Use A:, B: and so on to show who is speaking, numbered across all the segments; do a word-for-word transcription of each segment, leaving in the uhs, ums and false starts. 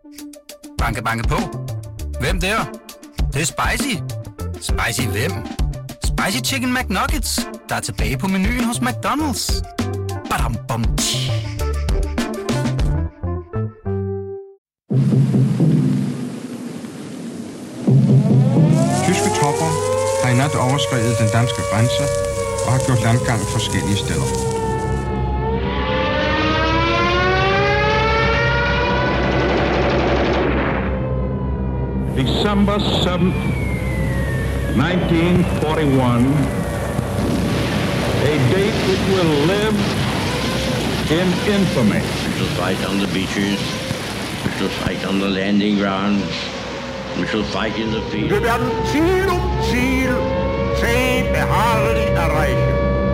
A: Banke, banke på. Hvem der? Det, det er spicy. Spicy hvem? Spicy Chicken McNuggets, der er tilbage på menuen hos McDonald's. Badum, bom, tji.
B: Tyske tropper har i nat overskredet den danske grænse og har gjort landgang forskellige steder.
C: December seventh, nineteen forty-one, a date which will live in infamy.
D: We shall fight on the beaches, we shall fight on the landing grounds, we shall fight in the field.
E: Wir werden Ziel um Ziel zäh beharrlich erreichen.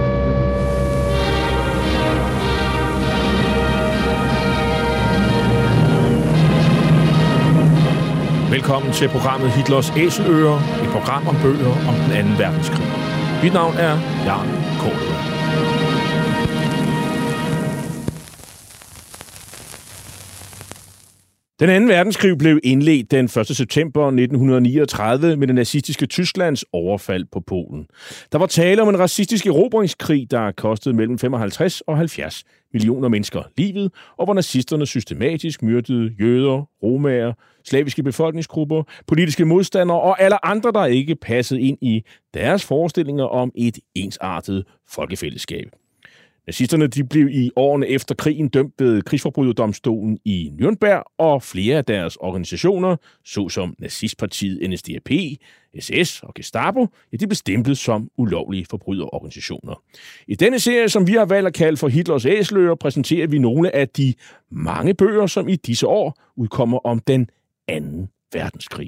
F: Velkommen til programmet Hitlers Æseløer, et program om bøger om den anden verdenskrig. Mit navn er Jan Kåre. Den anden verdenskrig blev indledt den første september nitten niogtredive med det nazistiske Tysklands overfald på Polen. Der var tale om en racistisk erobringskrig, der kostede mellem femoghalvtreds og halvfjerds millioner mennesker livet, og hvor nazisterne systematisk myrdede jøder, romaer, slaviske befolkningsgrupper, politiske modstandere og alle andre, der ikke passede ind i deres forestillinger om et ensartet folkefællesskab. Nazisterne de blev i årene efter krigen dømt ved krigsforbryderdomstolen i Nürnberg, og flere af deres organisationer, såsom nazistpartiet N S D A P, S S og Gestapo, ja, de blev stemplet som ulovlige forbryderorganisationer. I denne serie, som vi har valgt at kalde for Hitlers Æseløer, præsenterer vi nogle af de mange bøger, som i disse år udkommer om den anden verdenskrig.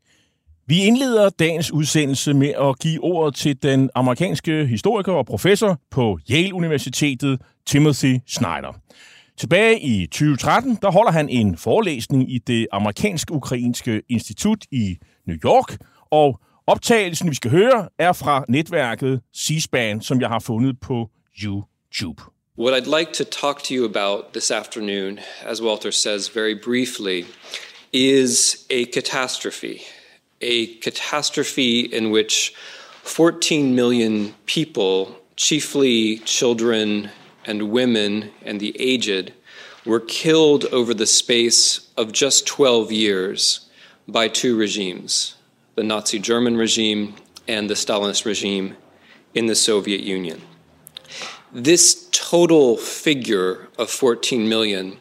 F: Vi indleder dagens udsendelse med at give ordet til den amerikanske historiker og professor på Yale Universitetet, Timothy Snyder. Tilbage i tyve tretten, der holder han en forelæsning i det amerikansk-ukrainske institut i New York, og optagelsen, vi skal høre, er fra netværket C-SPAN, som jeg har fundet på YouTube.
G: What I'd like to talk to you about this afternoon, as Walter says very briefly, is a catastrophe. A catastrophe in which fourteen million people, chiefly children and women and the aged, were killed over the space of just twelve years by two regimes, the Nazi German regime and the Stalinist regime in the Soviet Union. This total figure of fourteen million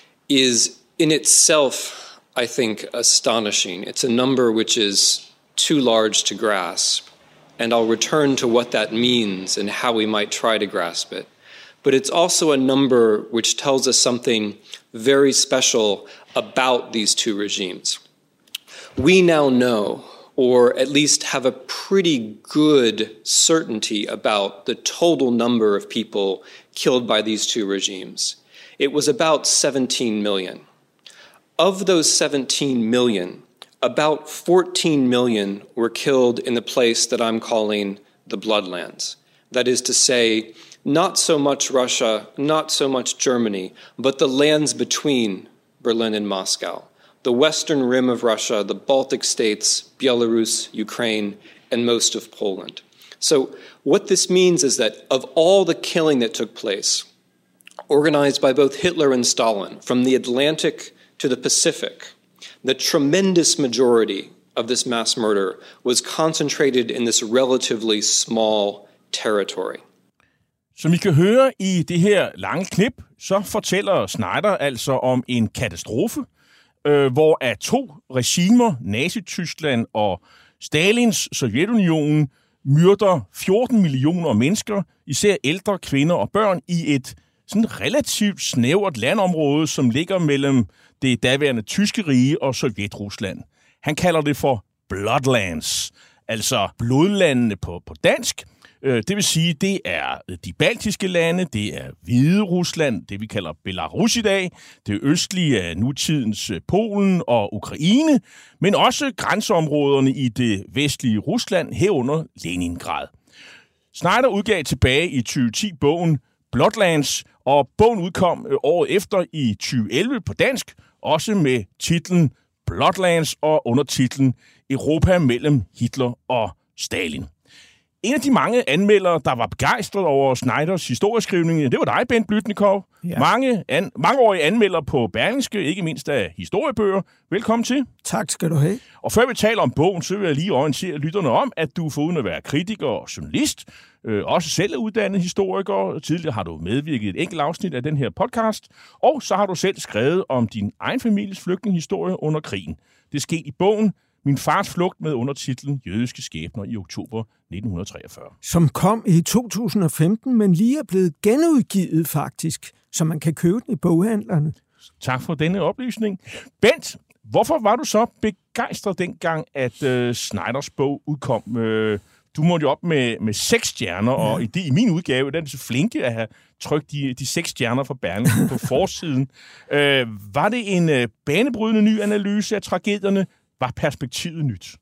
G: is in itself, I think, astonishing. It's a number which is too large to grasp, and I'll return to what that means and how we might try to grasp it. But it's also a number which tells us something very special about these two regimes. We now know, or at least have a pretty good certainty about the total number of people killed by these two regimes. It was about seventeen million. Of those seventeen million, about fourteen million were killed in the place that I'm calling the Bloodlands. That is to say, not so much Russia, not so much Germany, but the lands between Berlin and Moscow. The western rim of Russia, the Baltic states, Belarus, Ukraine, and most of Poland. So what this means is that of all the killing that took place, organized by both Hitler and Stalin, from the Atlantic to the Pacific, the tremendous majority of this mass murder was concentrated in this relatively small territory.
F: Som I kan høre i det her lange klip, så fortæller Snyder altså om en katastrofe, øh, hvor af to regimer, Nazi-Tyskland og Stalins Sovjetunionen, myrder fjorten millioner mennesker, især ældre, kvinder og børn, i et sådan relativt snævert landområde, som ligger mellem det daværende tyske rige og Sovjetrusland. Han kalder det for Bloodlands, altså blodlandene på, på dansk. Det vil sige, det er de baltiske lande, det er Hvide Rusland, det vi kalder Belarus i dag, det østlige af nutidens Polen og Ukraine, men også grænseområderne i det vestlige Rusland, herunder Leningrad. Snyder udgav tilbage i tyve ti bogen Bloodlands, og bogen udkom året efter i tyve elleve på dansk, også med titlen Bloodlands og undertitlen Europa mellem Hitler og Stalin. En af de mange anmeldere, der var begejstret over Snyders historieskrivning, det var dig, Bent Blüdnikow. Ja. Mange an, mangeårige anmeldere på Berlingske, ikke mindst af historiebøger. Velkommen til.
H: Tak skal du have.
F: Og før vi taler om bogen, så vil jeg lige orientere lytterne om, at du foruden at være kritiker og journalist, øh, også selv er uddannet historiker. Tidligere har du medvirket i et enkelt afsnit af den her podcast, og så har du selv skrevet om din egen families flygtningehistorie under krigen. Det skete i bogen Min fars flugt med undertitlen Jødiske skæbner i oktober nitten treogfyrre.
H: Som kom i to tusind og femten, men lige er blevet genudgivet faktisk, så man kan købe den i boghandlerne.
F: Tak for denne oplysning. Bent, hvorfor var du så begejstret dengang, at øh, Snyders bog udkom? Øh, du måtte jo op med, med seks stjerner, ja. Og i, det, i min udgave, den er så flinke at have trykt de, de seks stjerner fra Berlingske på forsiden. Øh, var det en øh, banebrydende ny analyse af tragedierne? Var perspektivet nyt?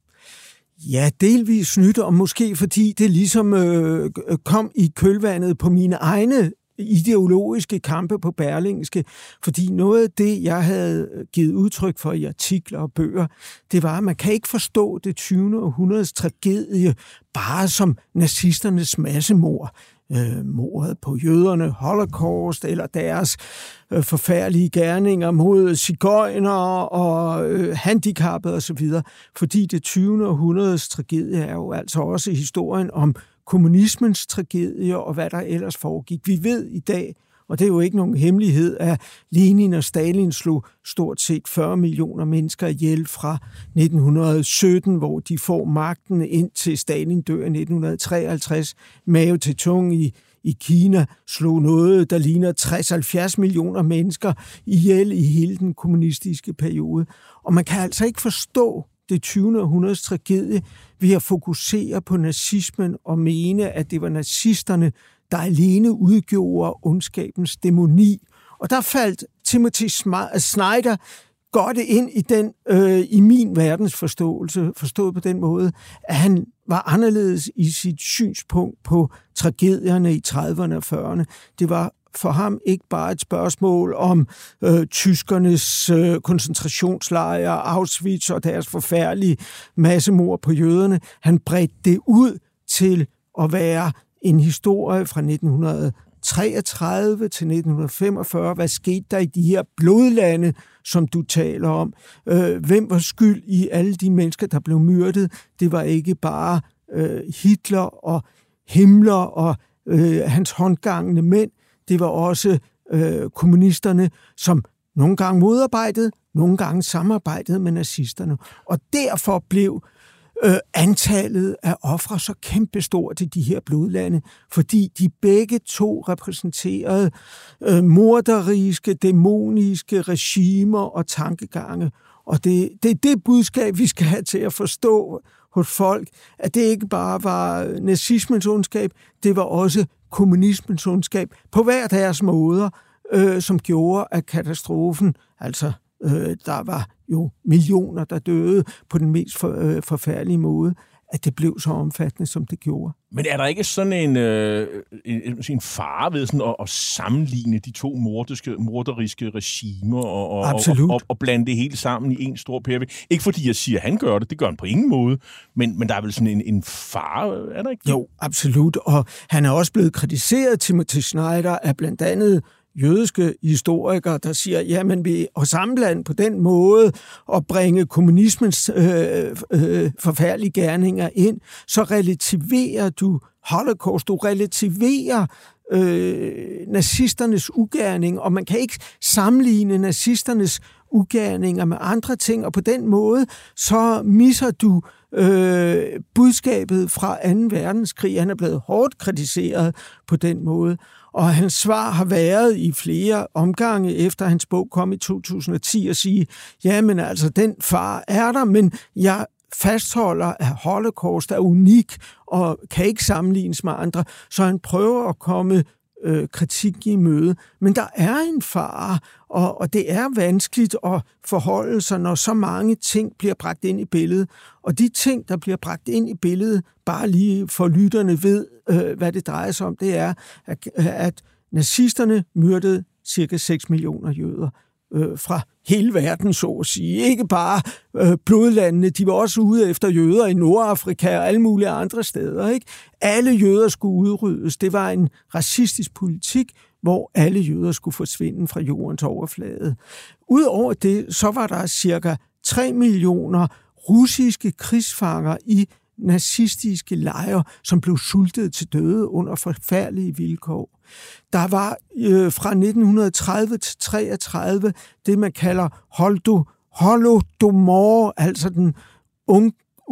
H: Ja, delvis nyt, og måske fordi det ligesom øh, kom i kølvandet på mine egne ideologiske kampe på Berlingske. Fordi noget af det, jeg havde givet udtryk for i artikler og bøger, det var, at man kan ikke forstå det tyvende århundredes tragedie bare som nazisternes massemord. Øh, mordet på jøderne, Holocaust eller deres øh, forfærdelige gerninger mod sigøjnere og øh, handicappede osv. Fordi det tyvende århundredes tragedie er jo altså også historien om kommunismens tragedie og hvad der ellers foregik. Vi ved i dag, og det er jo ikke nogen hemmelighed, at Lenin og Stalin slog stort set fyrre millioner mennesker ihjel fra nitten sytten, hvor de får magten indtil Stalin dør i nitten treoghalvtreds. Mao Zedong i, i Kina slog noget, der ligner tres til halvfjerds millioner mennesker ihjel i hele den kommunistiske periode. Og man kan altså ikke forstå det tyvende århundredes tragedie ved at fokusere på nazismen og mene, at det var nazisterne, der alene udgjorde ondskabens dæmoni. Og der faldt Timothy Snyder godt ind i den øh, i min verdensforståelse, forstået på den måde, at han var anderledes i sit synspunkt på tragedierne i trediverne og fyrrerne. Det var for ham ikke bare et spørgsmål om øh, tyskernes øh, koncentrationslejre, Auschwitz og deres forfærdelige massemord på jøderne. Han bredte det ud til at være en historie fra nitten treogtredive til nitten femogfyrre. Hvad skete der i de her blodlande, som du taler om? Øh, hvem var skyld i alle de mennesker, der blev myrdet? Det var ikke bare øh, Hitler og Himmler og øh, hans håndgangende mænd. Det var også øh, kommunisterne, som nogle gange modarbejdede, nogle gange samarbejdede med nazisterne. Og derfor blev øh, antallet af ofre så kæmpestort i de her blodlande, fordi de begge to repræsenterede øh, morderiske, dæmoniske regimer og tankegange. Og det, det er det budskab, vi skal have til at forstå hos folk, at det ikke bare var nazismens ondskab, det var også kommunismens ondskab på hver deres måder, øh, som gjorde, at katastrofen, altså øh, der var jo millioner, der døde på den mest for, øh, forfærdelige måde, at det blev så omfattende, som det gjorde.
F: Men er der ikke sådan en, øh, en, en fare ved sådan at, at sammenligne de to mordiske, morderiske regimer og, og, og, og, og blande det hele sammen i en stor pærevælde? Ikke fordi jeg siger, at han gør det, det gør han på ingen måde, men, men der er vel sådan en, en fare, er der ikke?
H: Jo, absolut, og han er også blevet kritiseret, Timothy Snyder, af blandt andet jødiske historikere, der siger, jamen vi at sammenblande på den måde og bringe kommunismens øh, øh, forfærdelige gerninger ind, så relativerer du Holocaust, du relativerer øh, nazisternes ugerning, og man kan ikke sammenligne nazisternes ugerninger med andre ting, og på den måde så misser du øh, budskabet fra anden verdenskrig. Han er blevet hårdt kritiseret på den måde. Og hans svar har været i flere omgange, efter hans bog kom i to tusind og ti, at sige, jamen altså, den far er der, men jeg fastholder, at Holocaust er unik og kan ikke sammenlignes med andre, så han prøver at komme øh, kritik i møde. Men der er en fare, og, og det er vanskeligt at forholde sig, når så mange ting bliver bragt ind i billedet. Og de ting, der bliver bragt ind i billedet, bare lige for lytterne ved, øh, hvad det drejer sig om, det er, at, at nazisterne myrdede cirka seks millioner jøder. øh, fra hele verden, så at sige. Ikke bare øh, blodlandene, de var også ude efter jøder i Nordafrika og alle mulige andre steder. Ikke? Alle jøder skulle udryddes. Det var en racistisk politik, hvor alle jøder skulle forsvinde fra jordens overflade. Udover det, så var der cirka tre millioner russiske krigsfanger i nazistiske lejre, som blev sultet til døde under forfærdelige vilkår. Der var øh, fra nitten tredive til treogtredive det, man kalder Holodomor, altså den unge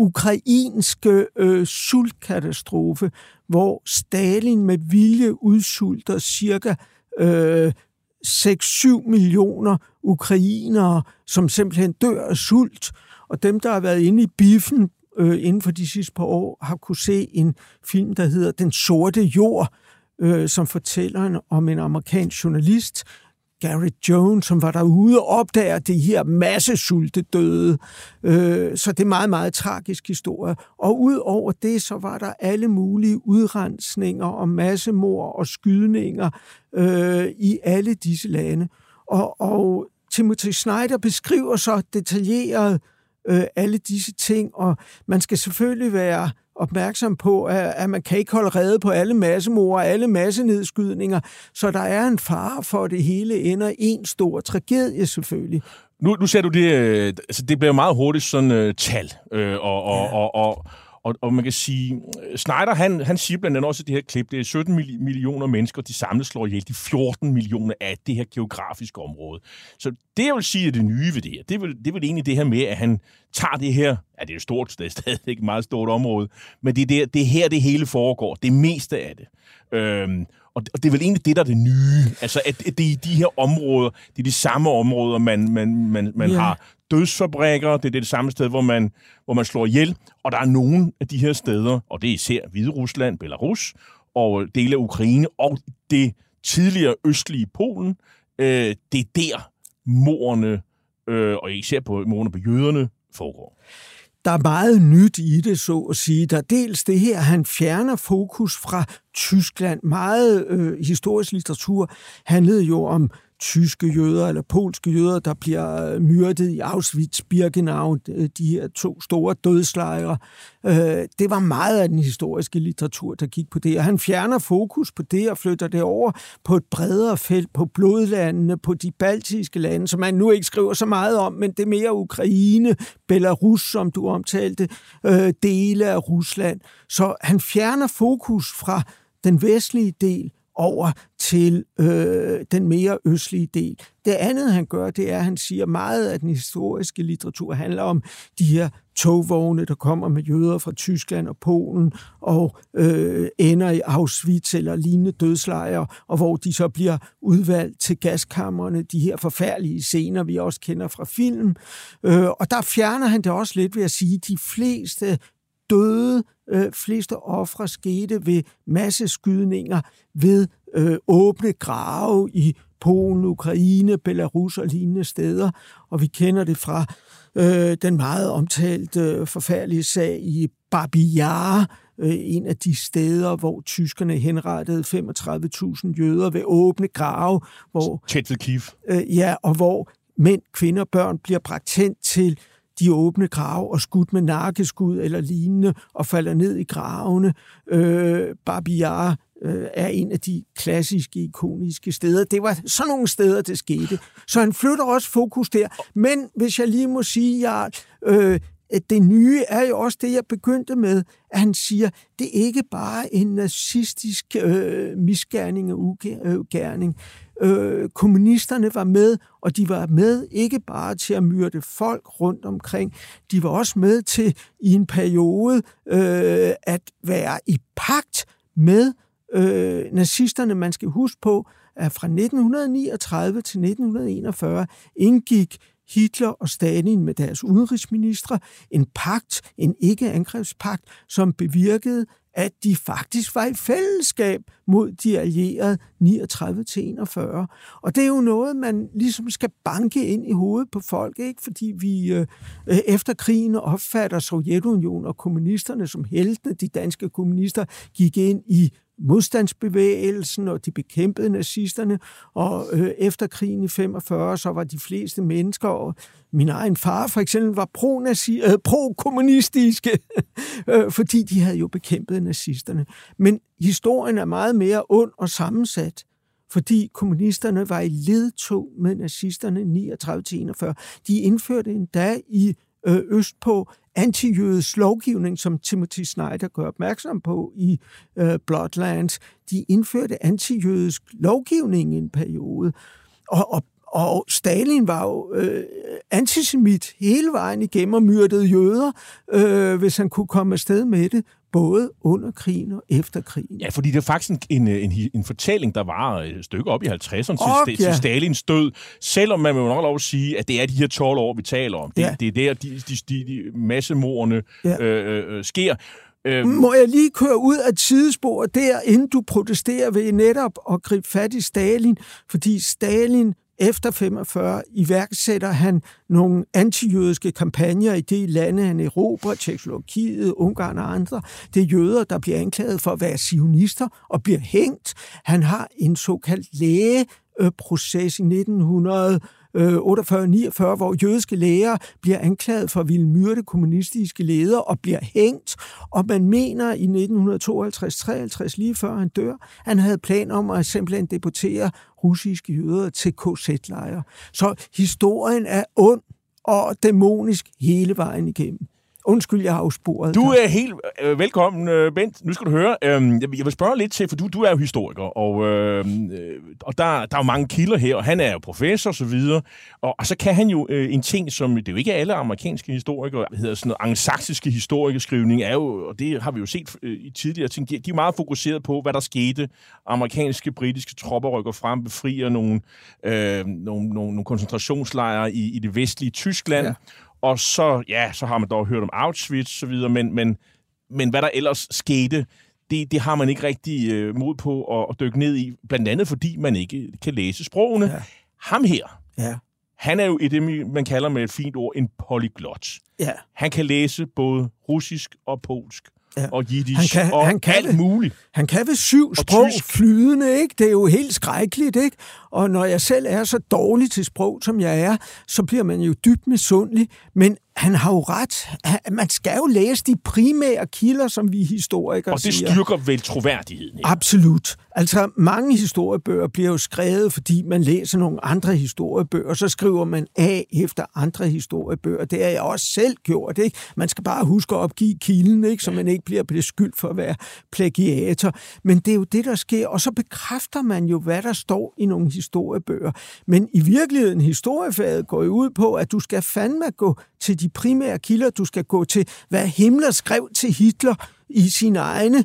H: ukrainske øh, sultkatastrofe, hvor Stalin med vilje udsulter cirka øh, seks til syv millioner ukrainere, som simpelthen dør af sult. Og dem, der har været inde i biffen øh, inden for de sidste par år, har kunne se en film, der hedder Den sorte jord, øh, som fortæller om en amerikansk journalist, Gary Jones, som var derude og opdager det her massesultedøde. Øh, så det er meget, meget tragisk historie. Og ud over det, så var der alle mulige udrensninger og massemord og skydninger øh, i alle disse lande. Og, og Timothy Snyder beskriver så detaljeret øh, alle disse ting, og man skal selvfølgelig være opmærksom på, at man kan ikke holde rede på alle massemord og alle massenedskydninger, så der er en fare for, at det hele ender i en stor tragedie selvfølgelig.
F: Nu, nu ser du det, øh, altså det bliver meget hurtigt sådan øh, tal, øh, og, og, ja. og, og, og, og man kan sige, Snyder, han, han siger blandt andet også i det her klip, det er sytten millioner mennesker, de samlet slår ihjel de fjorten millioner af det her geografiske område. Så det, jeg vil sige, er det nye ved det her, det er vel, det er vel egentlig det her med, at han tager det her, ja, det er jo stort, det er stadig ikke et meget stort område, men det er, det, det er her, det hele foregår, det meste af det. Øhm, og det er vel egentlig det, der er det nye. Altså, at det er de her områder, det er de samme områder, man, man, man, man yeah. har dødsfabrikker, det er det samme sted, hvor man, hvor man slår ihjel, og der er nogle af de her steder, og det er især Hviderusland, Belarus, og dele af Ukraine, og det tidligere østlige Polen, øh, det er der mordene, øh, og især på mordene på jøderne, foregår.
H: Der er meget nyt i det, så at sige. Der er dels det her, han fjerner fokus fra Tyskland. Meget øh, historisk litteratur handlede jo om tyske jøder eller polske jøder, der bliver myrdet i Auschwitz-Birkenau, de her to store dødslejre. Det var meget af den historiske litteratur, der gik på det, og han fjerner fokus på det og flytter det over på et bredere felt, på blodlandene, på de baltiske lande, som man nu ikke skriver så meget om, men det er mere Ukraine, Belarus, som du omtalte, dele af Rusland. Så han fjerner fokus fra den vestlige del over til øh, den mere østlige del. Det andet, han gør, det er, at han siger, at meget af den historiske litteratur handler om de her togvogne, der kommer med jøder fra Tyskland og Polen, og øh, ender i Auschwitz eller lignende dødslejre, og hvor de så bliver udvalgt til gaskammerne, de her forfærdelige scener, vi også kender fra film. Øh, og der fjerner han det også lidt ved at sige, at de fleste døde, øh, fleste ofre skete ved masseskydninger, ved øh, åbne grave i Polen, Ukraine, Belarus og lignende steder. Og vi kender det fra øh, den meget omtalte øh, forfærdelige sag i Babi Yar, øh, en af de steder, hvor tyskerne henrettede femogtredive tusind jøder ved åbne grave. Hvor,
F: tæt ved Kiev.
H: Øh, ja, og hvor mænd, kvinder og børn bliver bragt hen til de åbne grave og skudt med nakkeskud eller lignende og falder ned i gravene. Øh, Babi Yar øh, er en af de klassiske, ikoniske steder. Det var sådan nogle steder, det skete. Så han flytter også fokus der. Men hvis jeg lige må sige, Jarl, øh, at det nye er jo også det, jeg begyndte med, at han siger, det er ikke bare en nazistisk øh, misgerning og ugerning. Øh, kommunisterne var med, og de var med ikke bare til at myrde folk rundt omkring, de var også med til i en periode øh, at være i pagt med øh, nazisterne. Man skal huske på, at fra nitten niogtredive til nitten enogfyrre indgik Hitler og Stalin med deres udenrigsministre en pagt, en ikke-angrebspagt, som bevirkede, at de faktisk var i fællesskab mod de allierede niogtredive til enogfyrre. Og det er jo noget, man ligesom skal banke ind i hovedet på folk, ikke? Fordi vi øh, efter krigen opfatter Sovjetunionen og kommunisterne som heltene. De danske kommunister gik ind i modstandsbevægelsen, og de bekæmpede nazisterne, og øh, efter krigen i femogfyrre, så var de fleste mennesker, og min egen far for eksempel, var pro-nazi- øh, pro-kommunistiske, øh, fordi de havde jo bekæmpet nazisterne. Men historien er meget mere ond og sammensat, fordi kommunisterne var i ledtog med nazisterne niogtredive til enogfyrre. De indførte endda i øh, østpå antijødisk lovgivning, som Timothy Snyder gør opmærksom på i øh, Bloodlands. De indførte antijødisk lovgivning i en periode, og, og, og Stalin var jo øh, antisemit hele vejen igennem og myrdede jøder, øh, hvis han kunne komme afsted med det, både under krigen og efter krigen.
F: Ja, fordi det er faktisk en, en, en, en fortælling, der var et stykke op i halvtredserne
H: op,
F: til,
H: ja.
F: til Stalins død, selvom man må nok lov at sige, at det er de her tolv år, vi taler om. Det,
H: ja.
F: det er der, de, de, de, de massemordene ja. øh, øh, sker. Øh,
H: Må jeg lige køre ud af et sidespor der, inden du protesterer ved netop at gribe fat i Stalin, fordi Stalin efter femogfyrre iværksætter han nogle antijødiske kampagner i de lande, han erobrer, Tjekkoslovakiet, Ungarn og andre. Det er jøder, der bliver anklaget for at være zionister og bliver hængt. Han har en såkaldt lægeproces i nitten otteogfyrre niogfyrre, hvor jødiske læger bliver anklaget for at ville myrde kommunistiske ledere og bliver hængt. Og man mener i nitten tooghalvtreds treoghalvtreds, lige før han dør, han havde planer om at simpelthen deportere russiske jøder til K Z-lejre. Så historien er ond og dæmonisk hele vejen igennem. Undskyld, jeg har afsporet.
F: Du er helt øh, velkommen, øh, Bent. Nu skal du høre. Øh, jeg vil spørge lidt til, for du, du er jo historiker, og, øh, og der, der er jo mange kilder her, og han er jo professor og så videre. Og, og så kan han jo øh, en ting, som det er jo ikke alle amerikanske historikere, det hedder sådan noget anglosaksiske historikerskrivning, er jo, og det har vi jo set øh, i tidligere ting, de er meget fokuseret på, hvad der skete. Amerikanske, britiske tropper rykker frem, befrier nogle, øh, nogle, nogle, nogle koncentrationslejre i, i det vestlige Tyskland. Ja. Og så, ja, så har man dog hørt om Auschwitz og så videre, men, men, men hvad der ellers skete, det, det har man ikke rigtig øh, mod på at, at dykke ned i, blandt andet fordi man ikke kan læse sprogene. Ja. Ham her,
H: ja.
F: han er jo i det, man kalder med et fint ord, en polyglot.
H: Ja.
F: Han kan læse både russisk og polsk. Ja. Og jiddisch
H: han kan,
F: og
H: han kan
F: alt
H: ved,
F: muligt.
H: Han kan ved syv og sprog tysk. Flydende, ikke? Det er jo helt skrækkeligt, ikke? Og når jeg selv er så dårlig til sprog, som jeg er, så bliver man jo dybt misundelig. Men han har jo ret. Man skal jo læse de primære kilder, som vi historikere siger.
F: Og det styrker vel troværdigheden, ikke?
H: Absolut. Altså, mange historiebøger bliver jo skrevet, fordi man læser nogle andre historiebøger, og så skriver man af efter andre historiebøger. Det har jeg også selv gjort, ikke? Man skal bare huske at opgive kilden, ikke? Så man ikke bliver beskyldt for at være plagiator. Men det er jo det, der sker, og så bekræfter man jo, hvad der står i nogle historiebøger. Men i virkeligheden, historiefaget går jo ud på, at du skal fandme gå til de primære kilder. Du skal gå til, hvad Himmler skrev til Hitler i sine egne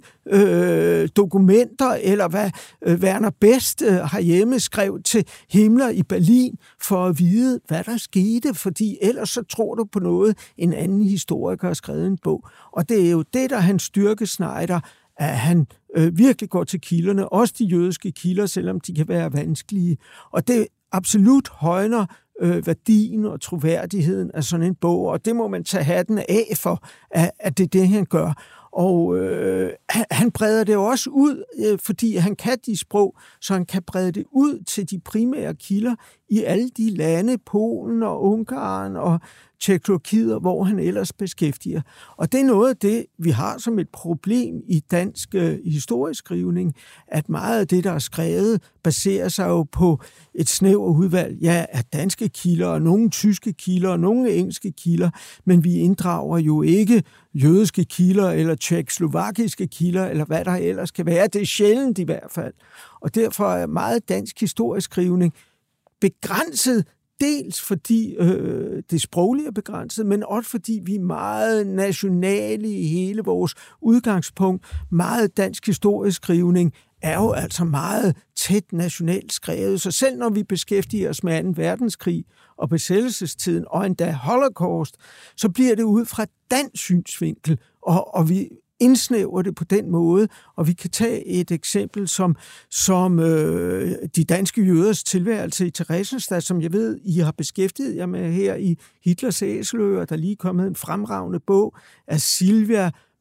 H: øh, dokumenter, eller hvad øh, Werner Best øh, herhjemme skrev til Himmler i Berlin, for at vide, hvad der skete, fordi ellers så tror du på noget, en anden historiker har skrevet en bog. Og det er jo det, der han styrke Snyder, at han øh, virkelig går til kilderne, også de jødiske kilder, selvom de kan være vanskelige. Og det absolut højner øh, værdien og troværdigheden af sådan en bog, og det må man tage hatten af for, at, at det er det, han gør. Og øh, han breder det jo også ud, øh, fordi han kan de sprog, så han kan brede det ud til de primære kilder i alle de lande, Polen og Ungarn og Tjekkoslovakiet, hvor han ellers beskæftiger. Og det er noget af det, vi har som et problem i dansk øh, historieskrivning, at meget af det, der er skrevet, baserer sig jo på et snævert udvalg ja, af danske kilder, og nogle tyske kilder, og nogle engelske kilder, men vi inddrager jo ikke jødiske kilder, eller tjekkoslovakiske kilder, eller hvad der ellers kan være. Det er sjældent i hvert fald. Og derfor er meget dansk historieskrivning begrænset, dels fordi øh, det sproglige er begrænset, men også fordi vi er meget nationale i hele vores udgangspunkt. Meget dansk historieskrivning er jo altså meget tæt nationalt skrevet, så selv når vi beskæftiger os med anden verdenskrig og besættelsestiden, og endda Holocaust, så bliver det ud fra dansk synsvinkel, og, og vi indsnæver det på den måde, og vi kan tage et eksempel som, som øh, de danske jøders tilværelse i Theresienstadt, som jeg ved, I har beskæftiget jer med her i Hitlers Æseløer. Der er lige kommet en fremragende bog af Silvia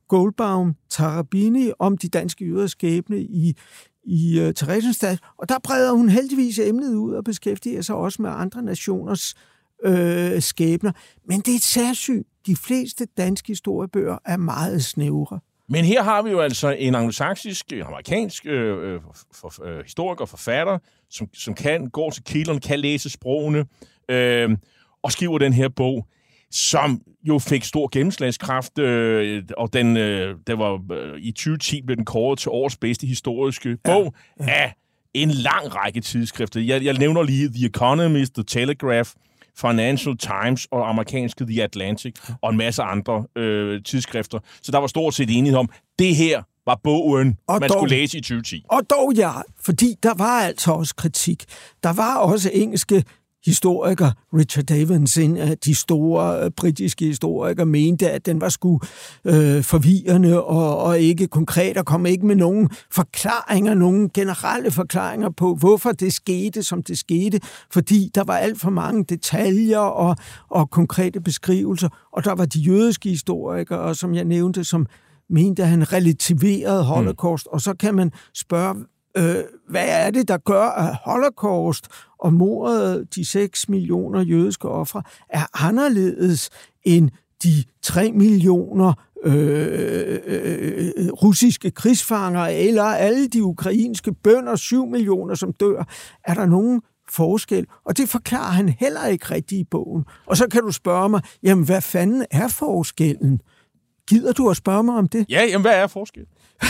H: Goldbaum, Tarabini om de danske jøders skæbne i, i uh, Theresienstadt, og der breder hun heldigvis emnet ud og beskæftiger sig også med andre nationers øh, skæbner. Men det er et særsyn. De fleste danske historiebøger er meget snævre.
F: Men her har vi jo altså en anglosaksisk, amerikansk øh, for, øh, historiker og forfatter, som, som kan gå til kilderne, kan læse sprogene, øh, og skriver den her bog, som jo fik stor gennemslagskraft, øh, og den, øh, der var, øh, i tyve ti blev den kåret til årets bedste historiske bog ja, ja. af en lang række tidsskrifter. Jeg, jeg nævner lige The Economist, The Telegraph, Financial Times og amerikanske The Atlantic og en masse andre øh, tidsskrifter. Så der var stort set enighed om, det her var bogen, og man dog, skulle læse i tyve ti.
H: Og dog ja, fordi der var altså også kritik. Der var også engelske historiker, Richard Evans, en af de store øh, britiske historikere, mente, at den var sgu øh, forvirrende og, og ikke konkret, og kom ikke med nogen forklaringer, nogen generelle forklaringer på, hvorfor det skete, som det skete, fordi der var alt for mange detaljer og, og konkrete beskrivelser, og der var de jødiske historikere, som jeg nævnte, som mente, at han relativerede Holocaust, mm. og så kan man spørge, øh, hvad er det, der gør, at Holocaust og mordet, de seks millioner jødiske ofre, er anderledes end de tre millioner øh, øh, russiske krigsfanger, eller alle de ukrainske bønder, syv millioner, som dør. Er der nogen forskel? Og det forklarer han heller ikke rigtigt i bogen. Og så kan du spørge mig, jamen hvad fanden er forskellen? Gider du at spørge mig om det?
F: Ja, jamen hvad er forskellen?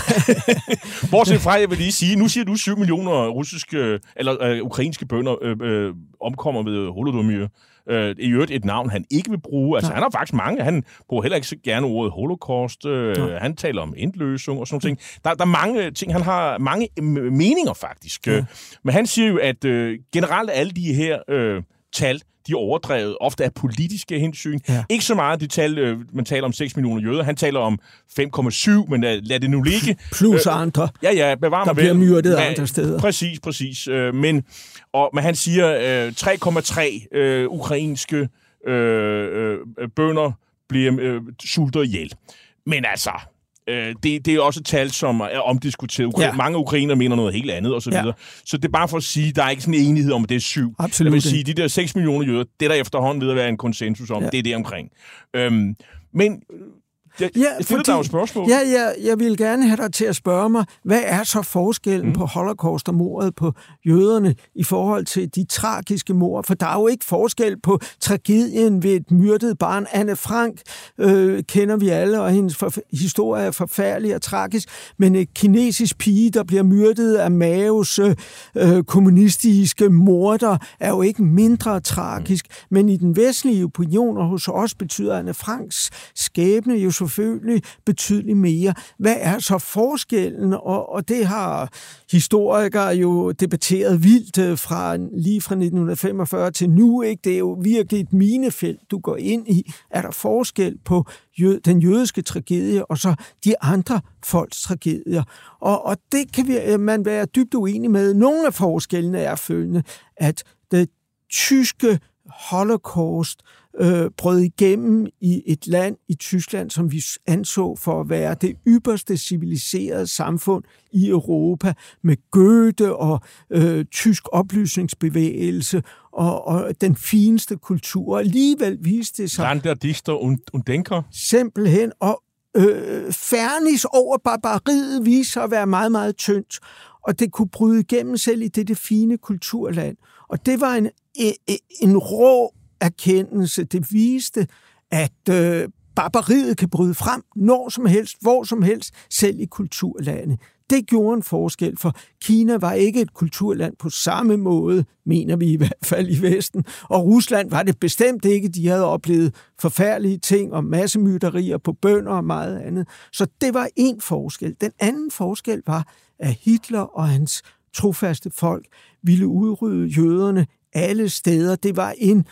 F: Bortset fra, jeg vil lige sige, nu siger du syv millioner russiske, eller øh, ukrainske bønder øh, øh, omkommer ved Holodomyr. Øh, I øvrigt et navn, han ikke vil bruge. Altså, Nej. han har faktisk mange. Han bruger heller ikke så gerne ordet holocaust. Øh, han taler om indløsning og sådan noget ting. Der, der er mange ting. Han har mange meninger, faktisk. Ja. Men han siger jo, at øh, generelt alle de her øh, tal, de er overdrevet, ofte af politiske hensyn. Ja. Ikke så meget det tal, øh, man taler om seks millioner jøder. Han taler om fem komma syv, men uh, lad det nu ligge.
H: Plus øh, andre.
F: Ja, ja, bevar
H: der
F: mig
H: bliver
F: vel.
H: myrdet andre steder.
F: Præcis, præcis. Øh, men, og, men han siger, øh, tre komma tre øh, ukrainske øh, øh, bønder bliver øh, sulter ihjel. Men altså, øh, det, det er også et tal, som er omdiskuteret. Ja. Mange ukrainer mener noget helt andet, og så videre. Ja. Så det er bare for at sige, der er ikke sådan en enighed om, at det er syv.
H: Absolut.
F: Jeg vil sige, de der seks millioner jøder, det er der efterhånden ved at være en konsensus om. Ja. Det er det omkring. Øhm, men jeg,
H: ja,
F: jeg stiller dig jo spørgsmål.
H: Ja, ja, jeg vil gerne have dig til at spørge mig, hvad er så forskellen mm. på Holocaust og mordet på jøderne i forhold til de tragiske mord? For der er jo ikke forskel på tragedien ved et myrdet barn. Anne Frank øh, kender vi alle, og hendes for- historie er forfærdelig og tragisk. Men en kinesisk pige, der bliver myrdet af Maos øh, kommunistiske morder, er jo ikke mindre tragisk. Mm. Men i den vestlige opinion og hos os betyder Anne Franks skæbne jo selvfølgelig betydeligt mere. Hvad er så forskellen? Og, og det har historikere jo debatteret vildt fra, lige fra nitten femogfyrre til nu. Ikke? Det er jo virkelig et minefelt, du går ind i. Er der forskel på jø- den jødiske tragedie og så de andre folks tragedier? Og, og det kan vi, man være dybt uenig med. Nogle af forskellene er følgende, at det tyske Holocaust øh, brød igennem i et land i Tyskland, som vi anså for at være det ypperste civiliserede samfund i Europa, med Goethe og øh, tysk oplysningsbevægelse og, og den fineste kultur. Alligevel viste det sig...
F: Grande Dichter und, und Denker.
H: Simpelthen, og øh, fernis over barbariet viste sig at være meget, meget tyndt, og det kunne bryde igennem selv i det, det fine kulturland. Og det var en, en, en rå erkendelse. Det viste, at øh, barbariet kan bryde frem når som helst, hvor som helst, selv i kulturlandet. Det gjorde en forskel, for Kina var ikke et kulturland på samme måde, mener vi i hvert fald i Vesten. Og Rusland var det bestemt ikke. De havde oplevet forfærdelige ting og massemytterier på bønder og meget andet. Så det var en forskel. Den anden forskel var, at Hitler og hans trofaste folk ville udrydde jøderne alle steder. Det var en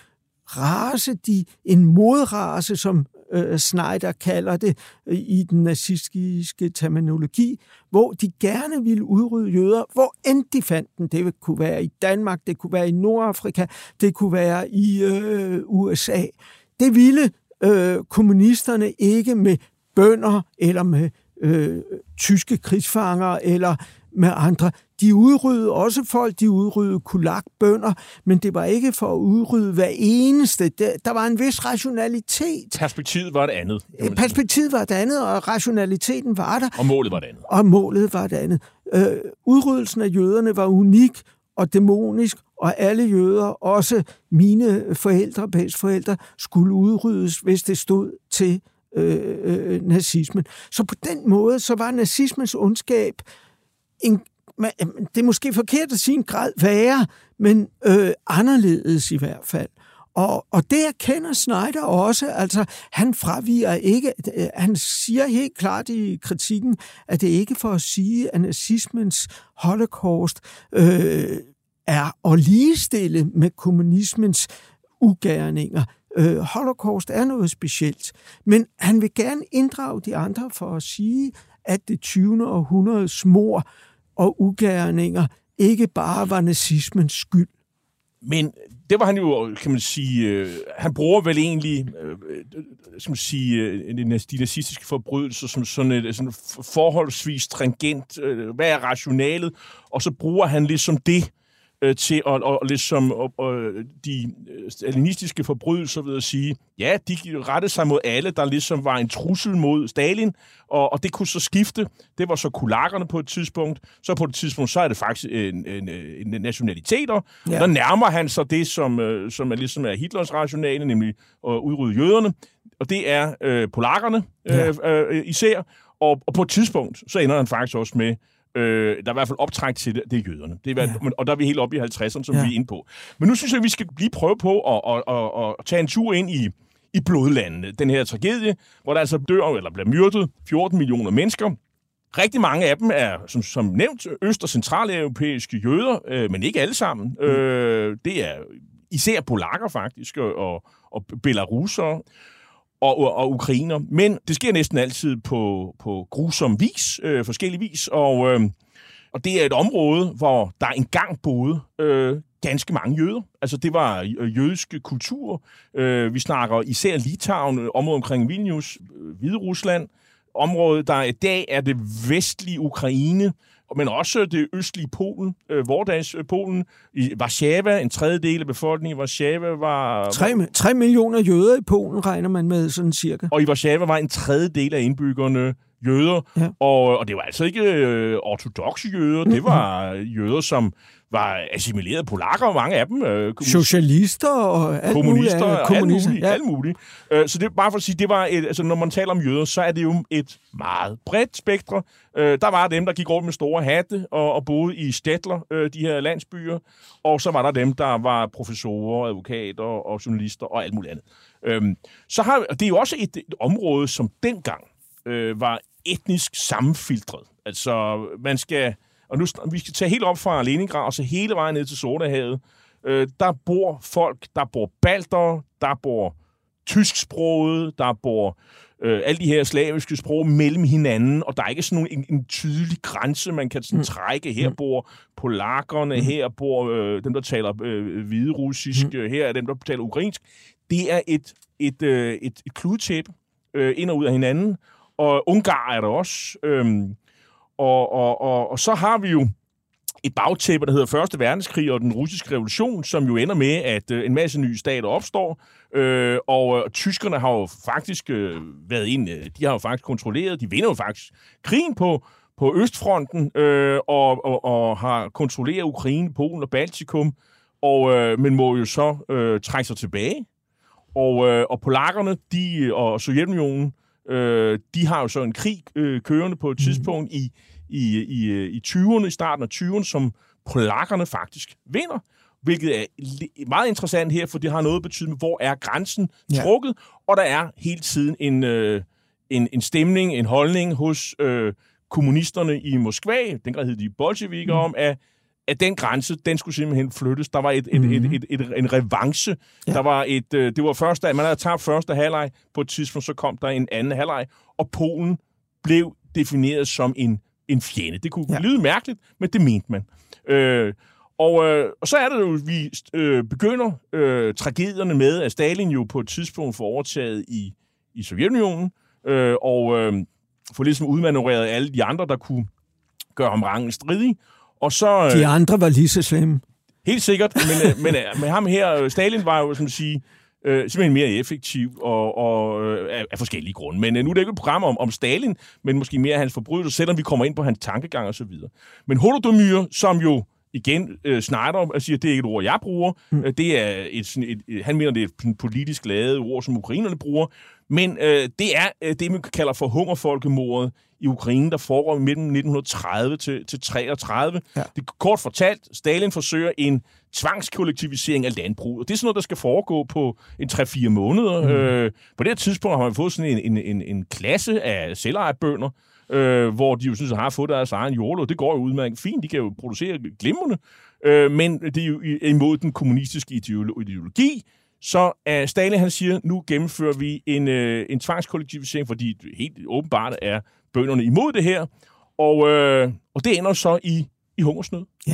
H: race, de, en modrace, som øh, Snyder kalder det øh, i den nazistiske terminologi, hvor de gerne ville udrydde jøder, hvor end de fandt den. Det kunne være i Danmark, det kunne være i Nordafrika, det kunne være i øh, U S A. Det ville øh, kommunisterne ikke med bønder, eller med øh, tyske krigsfanger, eller med andre. De udryddede også folk, de udryddede kulakbønder, men det var ikke for at udrydde hver eneste. Der var en vis rationalitet.
F: Perspektivet var det andet.
H: Perspektivet var det andet, og rationaliteten var der.
F: Og målet var det andet.
H: Og målet var det andet. Øh, udryddelsen af jøderne var unik og dæmonisk, og alle jøder, også mine forældre, bedsteforældre, skulle udryddes, hvis det stod til øh, øh, nazismen. Så på den måde, så var nazismens ondskab en, det er måske forkert at sige en grad værre, men øh, anderledes i hvert fald. Og, og det erkender Snyder også. Altså, han fraviger ikke. Han siger helt klart i kritikken, at det ikke for at sige, at nazismens holocaust øh, er at ligestille med kommunismens ugerninger. Øh, holocaust er noget specielt. Men han vil gerne inddrage de andre for at sige, at det tyvende århundredes mord og ugerninger ikke bare var nazismens skyld.
F: Men det var han jo, kan man sige, øh, han bruger vel egentlig, øh, skal man sige, øh, de nazistiske forbrydelser som sådan et sådan forholdsvis stringent, øh, hvad er rationalet, og så bruger han ligesom det øh, til at, og, ligesom og, og, de stalinistiske forbrydelser ved at sige, ja, de rettede sig mod alle, der ligesom var en trussel mod Stalin, og, og det kunne så skifte. Det var så kulakkerne på et tidspunkt, så på et tidspunkt, så er det faktisk en, en, en nationaliteter. Ja. Der nærmer han sig det, som, som er ligesom er Hitlers rationale, nemlig at udrydde jøderne, og det er øh, polakkerne øh, øh, især, og, og på et tidspunkt, så ender han faktisk også med Øh, der er i hvert fald optræk til det, det er jøderne. Det er, ja. Og der er vi helt oppe i halvtredserne, som ja. vi er inde på. Men nu synes jeg, at vi skal lige prøve på at, at, at, at tage en tur ind i, i blodlandene. Den her tragedie, hvor der altså dør eller bliver myrdet fjorten millioner mennesker. Rigtig mange af dem er, som, som nævnt, øst- og centraleuropæiske jøder, øh, men ikke alle sammen. Mm. Øh, det er især polakker faktisk, og, og belarusere. Og, og, og ukrainer. Men det sker næsten altid på, på grusom vis, øh, forskellig vis, og, øh, og det er et område, hvor der engang boede øh, ganske mange jøder. Altså det var jødiske kultur. Øh, vi snakker især Litauen, området omkring Vilnius, øh, Hviderusland, området, der i dag er det vestlige Ukraine, men også det østlige Polen, øh, vordags Polen. I Warszawa, en tredjedel af befolkningen i Warszawa var...
H: Tre, tre millioner jøder i Polen, regner man med, sådan cirka.
F: Og i Warszawa var en tredjedel af indbyggerne jøder, ja. og, og det var altså ikke øh, ortodoxe jøder, det var jøder, som var assimilerede polakker, mange af dem. Øh,
H: Socialister og alt
F: kommunister,
H: muligt.
F: Kommunister, alt muligt. Ja. Alt muligt. Øh, så det er bare for at sige, det var et, altså, når man taler om jøder, så er det jo et meget bredt spektre. Øh, der var dem, der gik rundt med store hatte og, og boede i Stettler, øh, de her landsbyer, og så var der dem, der var professorer, advokater og journalister og alt muligt andet. Øh, så har, det er jo også et, et område, som dengang øh, var etnisk sammenfiltret. Altså, man skal... Og nu vi skal tage helt op fra Leningrad og så hele vejen ned til Sortehavet. Øh, der bor folk, der bor balter, der bor tysksprogede, der bor øh, alle de her slaviske sprog mellem hinanden, og der er ikke sådan en, en tydelig grænse, man kan sådan trække. Her bor polakkerne, mm. her bor øh, dem, der taler øh, hviderussisk, mm. her er dem, der taler ukrainsk. Det er et, et, øh, et, et kludetæppe øh, ind og ud af hinanden, og Ungarn er der også. Øh, Og, og, og, og så har vi jo et bagtæppe, der hedder Første Verdenskrig og den russiske revolution, som jo ender med, at øh, en masse nye stater opstår. Øh, og øh, tyskerne har jo faktisk øh, været ind, de har jo faktisk kontrolleret, de vinder jo faktisk krigen på, på Østfronten, øh, og, og, og har kontrolleret Ukraine, Polen og Baltikum, og, øh, men må jo så øh, trække sig tilbage. Og, øh, og polakkerne, de, og Sovjetunionen, øh, de har jo så en krig øh, kørende på et tidspunkt i I, i, i tyverne, i starten af tyverne, som polakkerne faktisk vinder, hvilket er meget interessant her, for det har noget at betyde med, hvor er grænsen trukket, ja. Og der er hele tiden en, øh, en, en stemning, en holdning hos øh, kommunisterne i Moskva, den grad hed de bolsjevikker, mm. om, at, at den grænse, den skulle simpelthen flyttes. Der var et, et, mm. et, et, et, en revanche. Ja. Der var et, øh, det var første, man havde tabt første halvleg, på et tidspunkt så kom der en anden halvleg, og Polen blev defineret som en en fjende. Det kunne ja. lyde mærkeligt, men det mente man. Øh, og, øh, og så er det jo, vi øh, begynder øh, tragedierne med, at Stalin jo på et tidspunkt får overtaget i, i Sovjetunionen, øh, og øh, få ligesom udmanøvreret alle de andre, der kunne gøre ham rangen stridig. Og så, øh,
H: de andre var lige så slemme.
F: Helt sikkert, men, øh, men øh, med ham her, Stalin var jo, som at sige, øh, simpelthen mere effektiv og, og øh, af, af forskellige grunde. Men øh, nu er det ikke et program om, om Stalin, men måske mere hans forbrydelser, selvom vi kommer ind på hans tankegang og så videre. Men Holodomyr, som jo igen øh, Snyder siger, det er ikke et ord, jeg bruger. Mm. Det er et, et, et, han mener, det er et politisk lavet ord, som ukrainerne bruger. Men øh, det er øh, det, man kalder for hungerfolkemordet i Ukraine, der foregår mellem nitten tredive til treogtredive. Ja. Det er kort fortalt, Stalin forsøger en tvangskollektivisering af landbruget. Det er sådan noget, der skal foregå på en tre fire måneder. Mm. Øh, på det her tidspunkt har man fået sådan en, en, en, en klasse af selvejebønder, øh, hvor de jo synes, at har fået deres egen jordlod. Det går jo udmærket fint. De kan jo producere glimrende. Øh, men det er jo imod den kommunistiske ideologi. Så uh, Stalin, han siger, nu gennemfører vi en, uh, en tvangskollektivisering, fordi helt åbenbart er bønderne imod det her. Og, uh, og det ender så i, i hungersnød.
H: Ja.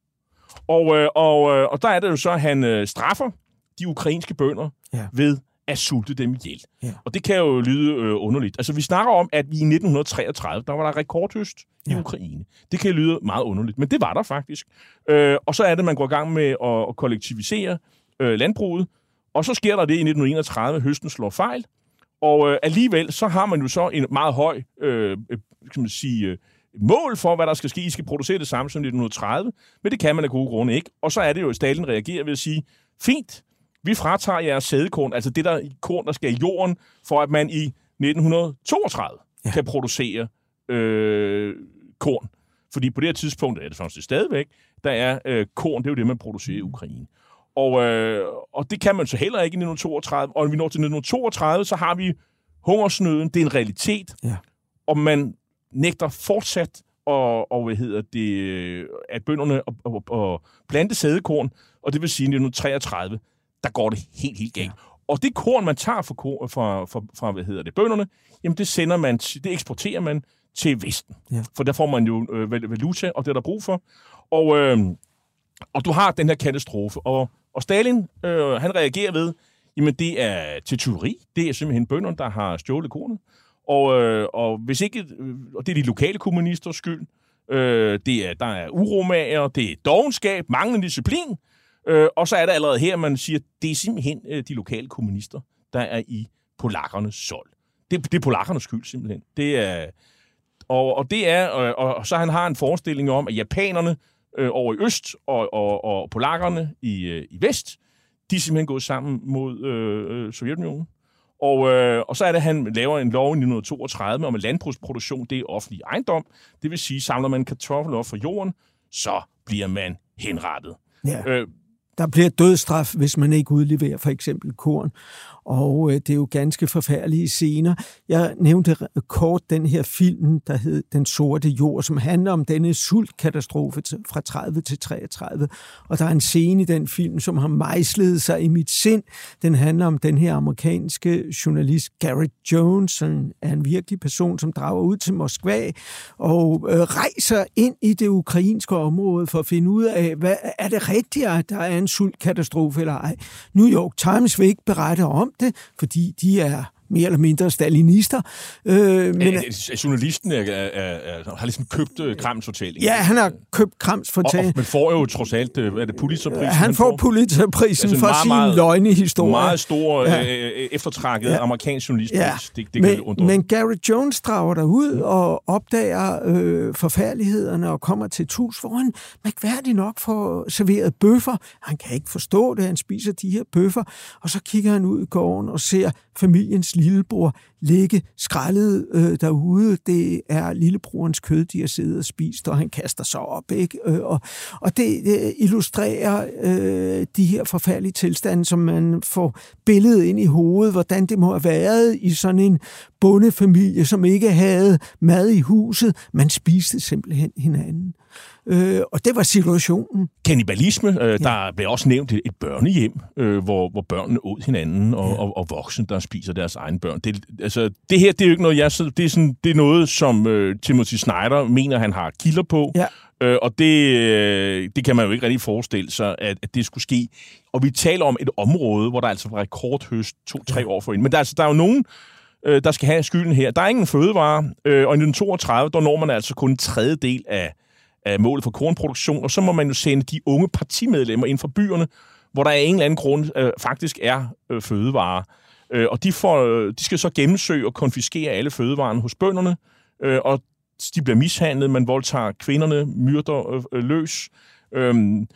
F: Og, uh, og, uh, og der er det jo så, at han uh, straffer de ukrainske bønder ja. ved at sulte dem ihjel. Ja. Og det kan jo lyde øh, underligt. Altså, vi snakker om, at i nitten treogtredive, der var der rekordhøst i ja. Ukraine. Det kan lyde meget underligt, men det var der faktisk. Øh, og så er det, man går i gang med at, at kollektivisere øh, landbruget. Og så sker der det i nitten enogtredive, høsten slår fejl. Og øh, alligevel, så har man jo så en meget høj øh, kan man sige, øh, mål for, hvad der skal ske. I skal producere det samme som nitten tredive, men det kan man af gode grunde ikke. Og så er det jo, at Stalin reagerer ved at sige, fint, vi fratager jeres sædekorn, altså det der korn, der skal i jorden, for at man i nitten toogtredive ja. kan producere øh, korn. Fordi på det her tidspunkt, er det faktisk stadigvæk, der er øh, korn, det er jo det, man producerer i Ukraine. Og, øh, og det kan man så heller ikke i nitten toogtredive. Og når vi når til nitten toogtredive, så har vi hungersnøden. Det er en realitet. Ja. Og man nægter fortsat og, og hvad hedder det, at bønderne og, og, og plante sædekorn. Og det vil sige, at i nitten treogtredive, der går det helt, helt galt. Ja. Og det korn, man tager fra, fra, fra, fra hvad hedder det, bønderne, jamen det sender man, det eksporterer man til Vesten. Ja. For der får man jo øh, valuta, og det er der brug for. Og, øh, og du har den her katastrofe. Og, og Stalin, øh, han reagerer ved, jamen det er til tyveri. Det er simpelthen bønderne, der har stjålet kornet. Og, øh, og hvis ikke, og det er de lokale kommunisters skyld. Øh, det er, der er uromager, det er dovenskab, manglende disciplin. Øh, og så er der allerede her, man siger, det er simpelthen øh, de lokale kommunister, der er i polakkernes sold. Det, det er polakkernes skyld, simpelthen. Det er, og, og det er, og, og så han har en forestilling om, at japanerne øh, over i øst og, og, og polakkerne i, øh, i vest, de er simpelthen gået sammen mod øh, Sovjetunionen. Og, øh, og så er det, at han laver en lov i nitten toogtredive om, at landbrugsproduktion, det er offentlig ejendom. Det vil sige, samler man kartofler op fra jorden, så bliver man henrettet. Ja. Øh,
H: Der bliver dødsstraf, hvis man ikke udleverer for eksempel korn. Og øh, det er jo ganske forfærdelige scener. Jeg nævnte kort den her film, der hed Den sorte jord, som handler om denne sultkatastrofe fra tredive til treogtredive. Og der er en scene i den film, som har mejslet sig i mit sind. Den handler om den her amerikanske journalist Garrett Jones, som er en virkelig person, som drager ud til Moskva og øh, rejser ind i det ukrainske område for at finde ud af, hvad er det rigtigt, at der er en sultkatastrofe eller ej. New York Times vil ikke berette om det, fordi de er mere eller mindre stalinister. Øh, men,
F: Æ, journalisten er, er, er, har ligesom købt uh, Krams fortælling.
H: Ja, han har købt Krams fortælling.
F: Men får jo trods alt, hvad er det, Pulitzerprisen?
H: Han, han får Pulitzerprisen altså for
F: meget,
H: sin løgnehistorie.
F: Meget stor, ja. øh, eftertrækket ja. amerikansk journalist.
H: Ja.
F: Det, det
H: men, men Garrett Jones drager derud mm. og opdager øh, forfærdelighederne og kommer til et hus, hvor han mærkværdigt nok får serveret bøffer. Han kan ikke forstå det, han spiser de her bøffer, og så kigger han ud i gården og ser familiens lillebror ligge skrællet øh, derude. Det er lillebrorens kød, de har siddet og spist, og han kaster sig op. Ikke? Øh, og, og det, det illustrerer øh, de her forfærdelige tilstande, som man får billedet ind i hovedet, hvordan det må have været i sådan en bondefamilie, som ikke havde mad i huset. Man spiste simpelthen hinanden. Øh, og det var situationen.
F: Kannibalisme, øh, der ja. blev også nævnt et, et børnehjem, øh, hvor, hvor børnene åd hinanden, og, ja. og, og voksne, der spiser deres egne børn. Det, altså, det her, det er jo ikke noget, jeg det er, sådan, det er noget, som øh, Timothy Snyder mener, han har kilder på, ja. øh, og det, øh, det kan man jo ikke rigtig forestille sig, at, at det skulle ske. Og vi taler om et område, hvor der altså var rekordhøst to-tre ja. år forinden. Men der, altså, der er jo nogen, øh, der skal have skylden her. Der er ingen fødevare, øh, og i nitten toogtredive, der når man altså kun en tredjedel af, af målet for kornproduktion, og så må man jo sende de unge partimedlemmer ind fra byerne, hvor der af en eller anden grund øh, faktisk er øh, fødevarer. Øh, og de, får, øh, de skal så gennemsøge og konfiskere alle fødevarene hos bønderne, øh, og de bliver mishandlet, man voldtager kvinderne, myrder øh, løs, øh,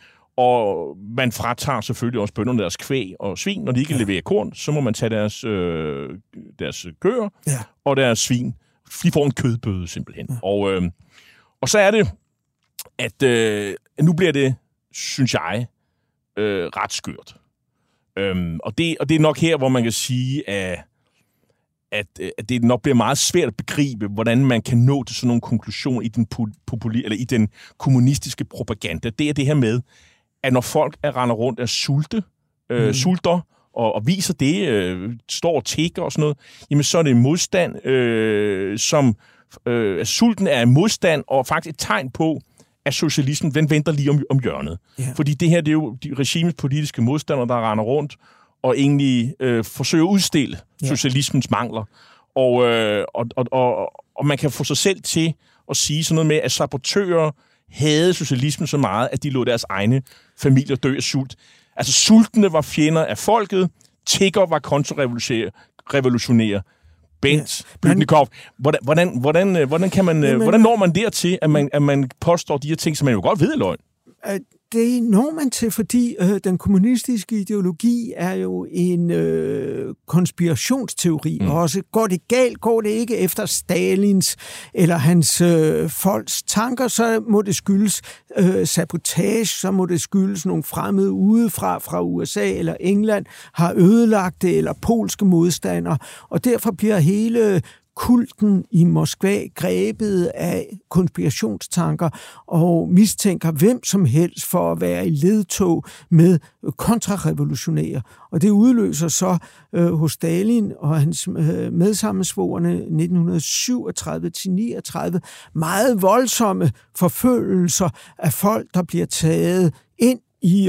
F: og man fratager selvfølgelig også bønderne deres kvæg og svin. Når de ikke ja. leverer korn, så må man tage deres, øh, deres køer ja. og deres svin. De får en kødbøde simpelthen. Ja. Og, øh, og så er det, at øh, nu bliver det, synes jeg, øh, ret skørt. Øhm, og, det, og det er nok her, hvor man kan sige, at, at, at det nok bliver meget svært at begribe, hvordan man kan nå til sådan nogle konklusioner i den, populi- eller i den kommunistiske propaganda. Det er det her med, at når folk er render rundt af sulte, øh, mm. sulter, og, og viser det, øh, står og tigger og sådan noget, jamen så er det modstand, øh, som øh, sulten er modstand, og faktisk et tegn på, at socialismen, den venter lige om, om hjørnet. Yeah. Fordi det her, det er jo de regimens politiske modstandere, der render rundt og egentlig øh, forsøger at udstille yeah. socialismens mangler. Og, øh, og, og, og, og man kan få sig selv til at sige sådan noget med, at sabotører havde socialismen så meget, at de lod deres egne familier dø af sult. Altså, sultne var fjender af folket, tigger var kontrarevolutionære. Bent ja, Bytnikov. Hvordan, hvordan, hvordan, hvordan, kan man, jamen, hvordan når man dertil, at man, at man påstår de her ting, som man jo godt ved er løgn?
H: Det når man til, fordi øh, den kommunistiske ideologi er jo en øh, konspirationsteori. Mm. Også går det galt, går det ikke efter Stalins eller hans øh, folks tanker, så må det skyldes øh, sabotage, så må det skyldes nogle fremmede udefra, fra U S A eller England, har ødelagt det, eller polske modstandere. Og derfor bliver hele kulten i Moskva grebet af konspirationstanker og mistænker hvem som helst for at være i ledtog med kontrarevolutionære. Og det udløser så øh, hos Stalin og hans øh, medsammensvorne nitten syvogtredive til niogtredive meget voldsomme forfølgelser af folk, der bliver taget ind i,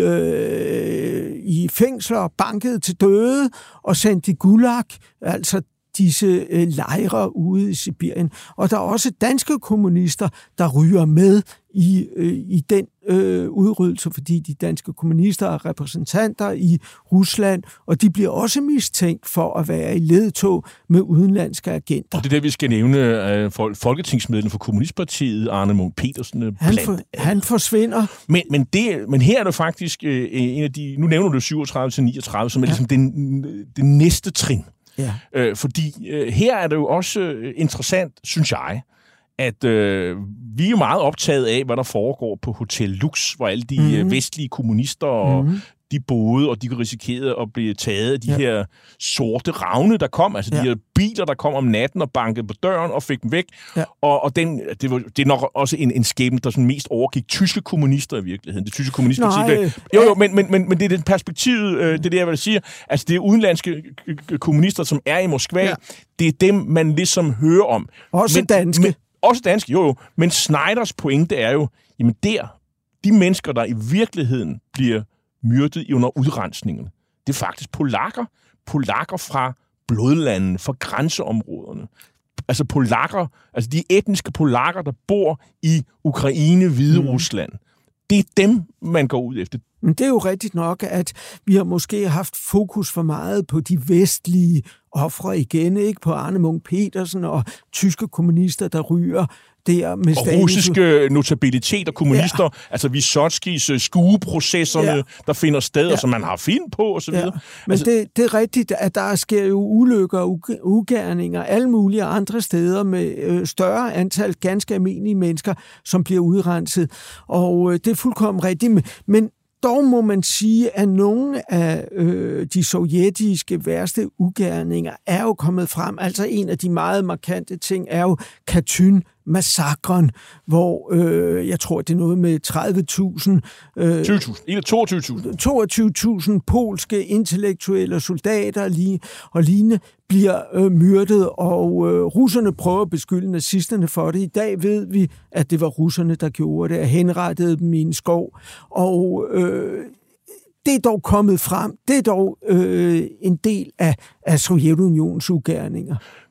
H: øh, i fængsler, banket til døde og sendt i Gulag, altså disse øh, lejre ude i Sibirien. Og der er også danske kommunister, der ryger med i, øh, i den øh, udryddelse, fordi de danske kommunister er repræsentanter i Rusland, og de bliver også mistænkt for at være i ledtog med udenlandske agenter.
F: Og det er der, vi skal nævne øh, folketingsmedlem for Kommunistpartiet, Arne Munch Petersen.
H: Han, for, han forsvinder.
F: Men, men, det, men her er det faktisk øh, en af de, nu nævner du syvogtredive til niogtredive, som er ja. ligesom den, det næste trin. Ja. Øh, fordi øh, her er det jo også øh, interessant, synes jeg, at øh, vi er jo meget optaget af, hvad der foregår på Hotel Lux, hvor alle de mm. øh, vestlige kommunister og mm. de boede, og de risikerede at blive taget af de ja. her sorte ravne, der kom, altså ja. de her biler, der kom om natten og bankede på døren og fik dem væk. Ja. Og, og den, det, var, det er nok også en, en skæbne, der sådan mest overgik tyske kommunister i virkeligheden. Det tyske kommunistparti. Jo, jo, men, men, men, men det er det perspektivet, øh, det er det, jeg vil sige. Altså, det er udenlandske kommunister, som er i Moskva. Ja. Det er dem, man ligesom hører om.
H: Også
F: men,
H: danske.
F: Men, også danske, jo jo. Men Schneiders pointe er jo, jamen der, de mennesker, der i virkeligheden bliver myrdet under udrensningen, det er faktisk polakker. Polakker fra blodlandene, fra grænseområderne. Altså polakker, altså de etniske polakker, der bor i Ukraine, Hviderusland. Mm. Det er dem, man går ud efter.
H: Men det er jo rigtigt nok, at vi har måske haft fokus for meget på de vestlige ofre igen, ikke? På Arne Munch Petersen og tyske kommunister, der ryger der med
F: og russiske notabilitet og kommunister, ja. altså Vysotskis skueprocesserne, ja. der finder sted, ja. som man har film på, og så videre. Ja.
H: Men
F: altså,
H: det, det er rigtigt, at der sker jo ulykker og ugerninger alle mulige andre steder med øh, større antal ganske almindelige mennesker, som bliver udrenset. Og øh, det er fuldkommen rigtigt. Men dog må man sige, at nogle af øh, de sovjetiske værste ugerninger er jo kommet frem. Altså en af de meget markante ting er jo Katyn-massakren, hvor øh, jeg tror, det er noget med tredive tusind... Øh,
F: tyve tusind. toogtyve tusind.
H: toogtyve tusind polske intellektuelle soldater lige, og lignende bliver øh, myrdet, og øh, russerne prøver at beskylde nazisterne for det. I dag ved vi, at det var russerne, der gjorde det, og henrettede dem i en skov. Og øh, det er dog kommet frem. Det er dog øh, en del af, af Sovjetunionens ugerninger.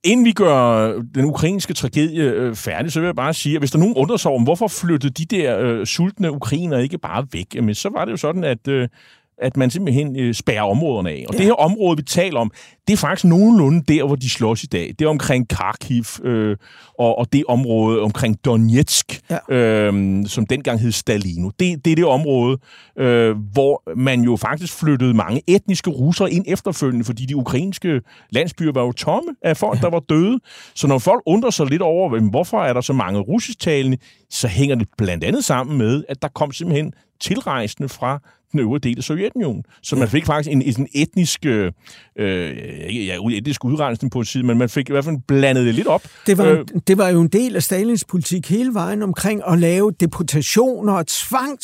F: Inden vi gør den ukrainske tragedie øh, færdig, så vil jeg bare sige, at hvis der er nogen undrer sig om, hvorfor flyttede de der øh, sultne ukrainere ikke bare væk, jamen, så var det jo sådan, at... Øh, at man simpelthen øh, spærrer områderne af. Og ja. Det her område, vi taler om, det er faktisk nogenlunde der, hvor de slås i dag. Det er omkring Kharkiv øh, og, og det område omkring Donetsk, ja. øh, som dengang hed Stalino. Det, det er det område, øh, hvor man jo faktisk flyttede mange etniske russere ind efterfølgende, fordi de ukrainske landsbyer var jo tomme af folk, ja. der var døde. Så når folk undrer sig lidt over, hvorfor er der så mange russisktalende, så hænger det blandt andet sammen med, at der kom simpelthen tilrejsende fra den øvrige del af Sovjetunionen. Så man fik faktisk en, en etnisk, øh, ja, etnisk udrensning på en side, men man fik i hvert fald blandet det lidt op.
H: Det var, øh, det var jo en del af Stalins politik hele vejen omkring at lave deportationer og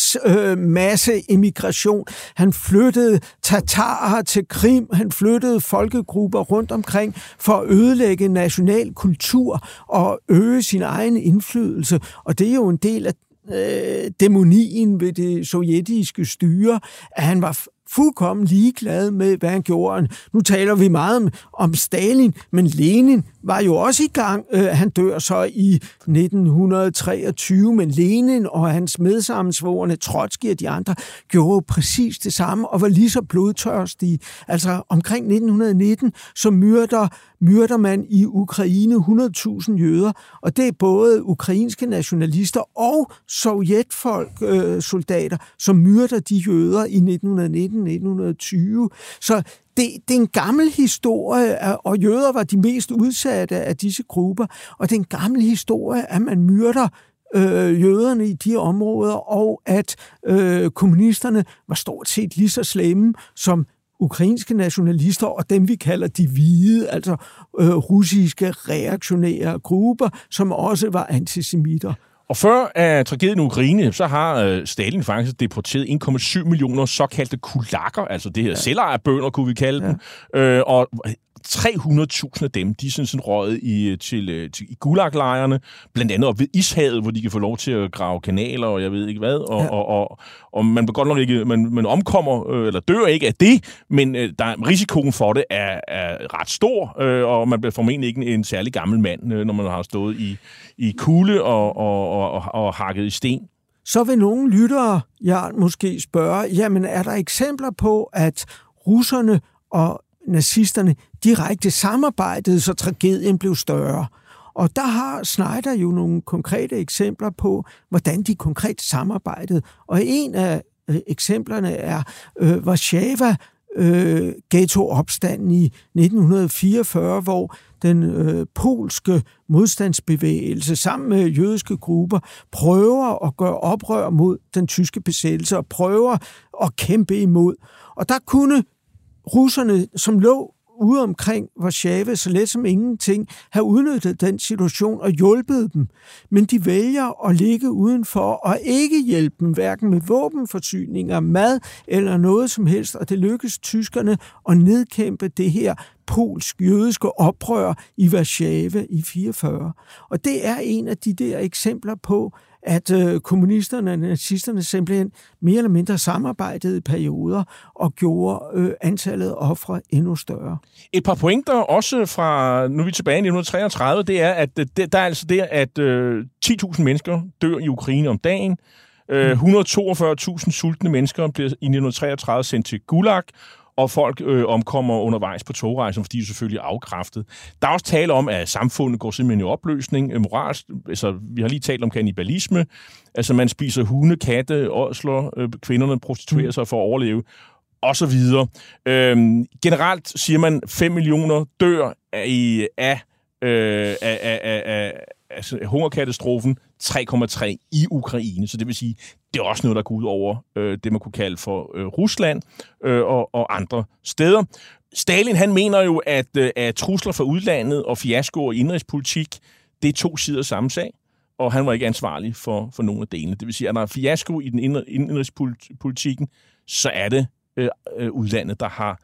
H: tvangsmasse-immigration. Øh, han flyttede tatarer til Krim, han flyttede folkegrupper rundt omkring for at ødelægge national kultur og øge sin egen indflydelse. Og det er jo en del af Øh, dæmonien ved det sovjetiske styre, at han var fuldkommen ligeglad med, hvad han gjorde. Nu taler vi meget om, om Stalin, men Lenin var jo også i gang. Øh, han dør så i nitten treogtyve, men Lenin og hans medsammensvorne, Trotsky og de andre, gjorde præcis det samme og var lige så blodtørstige. Altså omkring nitten nitten, så myrder, myrder man i Ukraine hundrede tusind jøder, og det er både ukrainske nationalister og sovjetfolk, øh, soldater, som myrder de jøder i nitten nitten nitten tyve. Så det, det er en gammel historie, og jøder var de mest udsatte af disse grupper, og det er en gammel historie, at man myrder øh, jøderne i de områder, og at øh, kommunisterne var stort set lige så slemme som ukrainske nationalister, og dem vi kalder de hvide, altså øh, russiske reaktionære grupper, som også var antisemitter.
F: Og før af tragedien i Ukraine, så har øh, Stalin faktisk deporteret en komma syv millioner såkaldte kulakker, altså det her ja. selvejerbønder, kunne vi kalde ja. dem, øh, og tre hundrede tusind af dem, de er sådan, sådan røget i, til, til, i Gulag-lejrene, blandt andet op ved Ishavet, hvor de kan få lov til at grave kanaler, og jeg ved ikke hvad, og, ja. og, og, og man godt nok ikke, man, man omkommer, øh, eller dør ikke af det, men øh, der, risikoen for det er, er ret stor, øh, og man bliver formentlig ikke en, en særlig gammel mand, øh, når man har stået i, i kulde og, og, og, og, og hakket i sten.
H: Så vil nogle lyttere, jeg måske spørge, jamen er der eksempler på, at russerne og nazisterne direkte samarbejdede, så tragedien blev større. Og der har Schneider jo nogle konkrete eksempler på, hvordan de konkret samarbejdede. Og en af øh, eksemplerne er øh, Warszawa øh, ghetto-opstanden i nitten fireogfyrre, hvor den øh, polske modstandsbevægelse sammen med jødiske grupper prøver at gøre oprør mod den tyske besættelse og prøver at kæmpe imod. Og der kunne russerne, som lå ude omkring Warszawa, så let som ingenting, have udnyttet den situation og hjulpet dem. Men de vælger at ligge udenfor og ikke hjælpe dem, hverken med våbenforsyninger, mad eller noget som helst. Og det lykkes tyskerne at nedkæmpe det her polsk-jødiske oprør i Warszawa i fireogfyrre. Og det er en af de der eksempler på, at øh, kommunisterne og nazisterne simpelthen mere eller mindre samarbejdede i perioder og gjorde øh, antallet af ofre endnu større.
F: Et par pointer også fra, nu er vi tilbage i nitten treogtredive, det er, at det, der er altså det, at øh, ti tusind mennesker dør i Ukraine om dagen. Øh, et hundrede og toogfyrre tusind sultne mennesker bliver i nitten treogtredive sendt til Gulag, og folk øh, omkommer undervejs på togrejsen, fordi de er selvfølgelig afkræftet. Der er også tale om, at samfundet går simpelthen i opløsning. Øh, moralsk, altså, vi har lige talt om kannibalisme. Altså, man spiser hunde, katte, ådsler, øh, kvinderne prostituerer sig for at overleve, og så videre. Øh, generelt siger man, fem millioner dør af, af, øh, af, af, af, af altså, hungerkatastrofen, tre komma tre i Ukraine. Så det vil sige, det er også noget, der går ud over øh, det, man kunne kalde for øh, Rusland øh, og, og andre steder. Stalin, han mener jo, at, øh, at trusler fra udlandet og fiaskoer i indrigspolitik, det er to sider af samme sag, og han var ikke ansvarlig for, for nogen af delene. Det vil sige, at når der er fiasko i den indrigspolitikken, så er det øh, udlandet, der har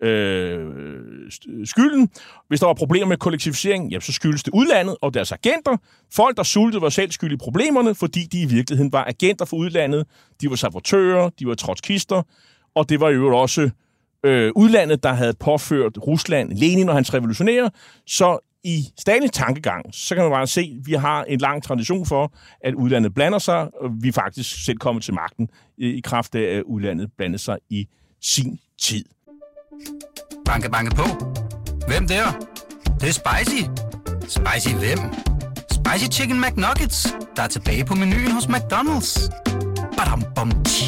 F: Øh, skylden. Hvis der var problemer med kollektivisering, ja, så skyldes det udlandet og deres agenter. Folk, der sultede, var selv skyld i problemerne, fordi de i virkeligheden var agenter for udlandet. De var sabotører, de var trotskister, og det var jo også øh, udlandet, der havde påført Rusland, Lenin og hans revolutionære. Så i Stalins tankegang, så kan man bare se, at vi har en lang tradition for, at udlandet blander sig, og vi er faktisk selv kommet til magten i kraft af, at udlandet blandede sig i sin tid.
A: Banke, banke på. Hvem der? Det, det er spicy. Spicy hvem? Spicy Chicken McNuggets, der er tilbage på menuen hos McDonald's. Badum, bom,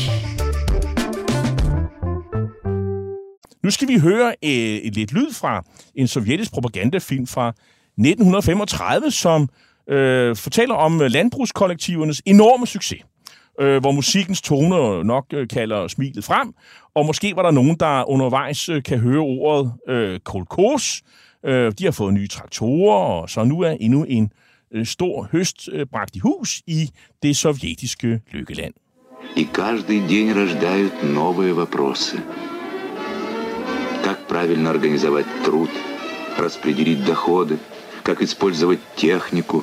F: Nu skal vi høre øh, et lidt lyd fra en sovjetisk propagandafilm fra nitten femogtredive, som øh, fortæller om landbrugskollektivernes enorme succes. Øh, hvor musikkens toner nok øh, kalder smilet frem, og måske var der nogen, der undervejs øh, kan høre ordet øh, kolkos. Øh, de har fået nye traktorer, og så nu er endnu en øh, stor høst øh, bragt i hus i det sovjetiske lykkeland.
I: И каждый день рождают новые вопросы. Как правильно организовать труд, распределить доходы, как использовать технику.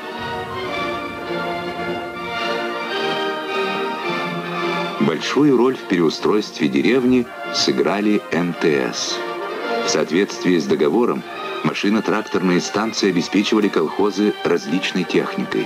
I: Большую роль в переустройстве деревни сыграли эм тэ эс. В соответствии с договором машино-тракторные станции обеспечивали колхозы различной техникой.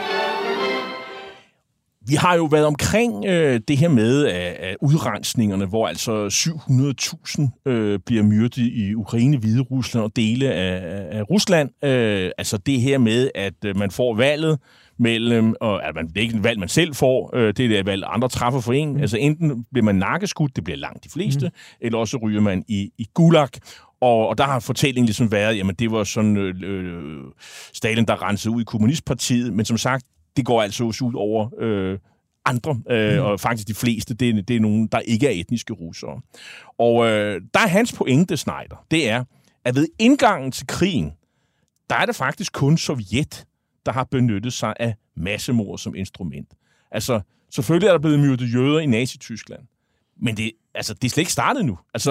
F: Vi har jo været omkring øh, det her med af, af udrensningerne, hvor altså syv hundrede tusind øh, bliver myrdet i Ukraine, Hvide Rusland og dele af, af Rusland. Øh, altså det her med, at øh, man får valget mellem, og at man, det er ikke et valg, man selv får, øh, det er det valg, andre træffer for en. Mm. Altså enten bliver man nakkeskudt, det bliver langt de fleste, mm. eller også ryger man i, i gulag. Og, og der har fortællingen ligesom været, jamen det var sådan øh, Stalin, der rensede ud i kommunistpartiet, men som sagt, det går altså også ud over øh, andre, øh, mm. og faktisk de fleste, det, det er nogen, der ikke er etniske russere. Og øh, der er hans pointe, Schneider, det er, at ved indgangen til krigen, der er det faktisk kun Sovjet, der har benyttet sig af massemord som instrument. Altså, selvfølgelig er der blevet myrdet jøder i Nazi-Tyskland, men det, altså, det er slet ikke startet nu. Altså,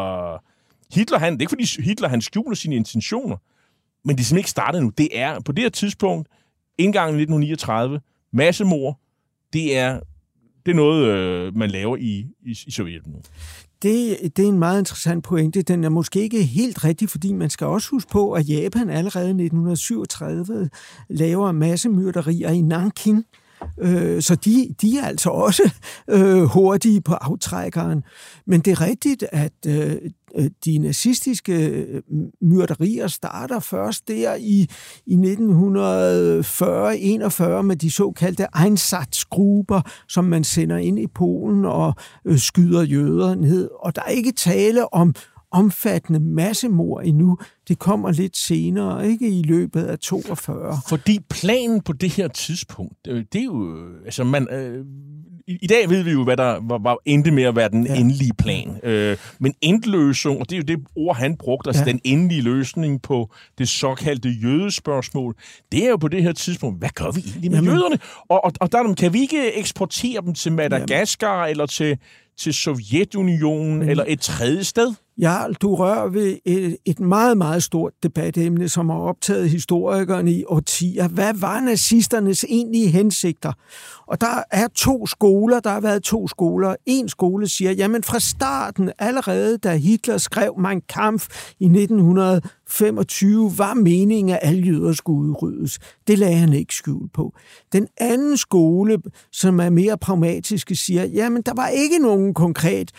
F: Hitler, han, det er ikke fordi Hitler, han skjuler sine intentioner, men det er simpelthen ikke startet nu. Det er på det her tidspunkt, indgangen i nitten niogtredive, massemord, det er, det er noget, øh, man laver i, i, i Sovjet nu.
H: Det, det er en meget interessant pointe. Den er måske ikke helt rigtig, fordi man skal også huske på, at Japan allerede i nitten syvogtredive laver massemyrderier i Nanking. Øh, så de, de er altså også øh, hurtige på aftrækkeren. Men det er rigtigt, at øh, de nazistiske myrderier starter først der i, i nitten fyrre til enogfyrre med de såkaldte Einsatzgrupper, som man sender ind i Polen og øh, skyder jøder ned. Og der er ikke tale om omfattende massemord endnu. Det kommer lidt senere, ikke i løbet af toogfyrre.
F: Fordi planen på det her tidspunkt, det er jo, altså man, øh, i, i dag ved vi jo, hvad der var, var endte med at være den ja. endelige plan. Øh, men endløsning, og det er jo det ord, han brugte, altså ja. den endelige løsning på det såkaldte jødespørgsmål, det er jo på det her tidspunkt, hvad gør vi egentlig med Jamen. jøderne? Og, og, og der kan vi ikke eksportere dem til Madagaskar Jamen. eller til, til Sovjetunionen Men. eller et tredje sted?
H: Ja, du rører ved et, et meget, meget stort debatemne, som har optaget historikerne i årtier. Hvad var nazisternes egentlige hensigter? Og der er to skoler, der har været to skoler. En skole siger, jamen fra starten, allerede da Hitler skrev Mein Kampf i nitten femogtyve, var meningen, at alle jøder skulle udryddes. Det lagde han ikke skjul på. Den anden skole, som er mere pragmatiske, siger, jamen der var ikke nogen konkret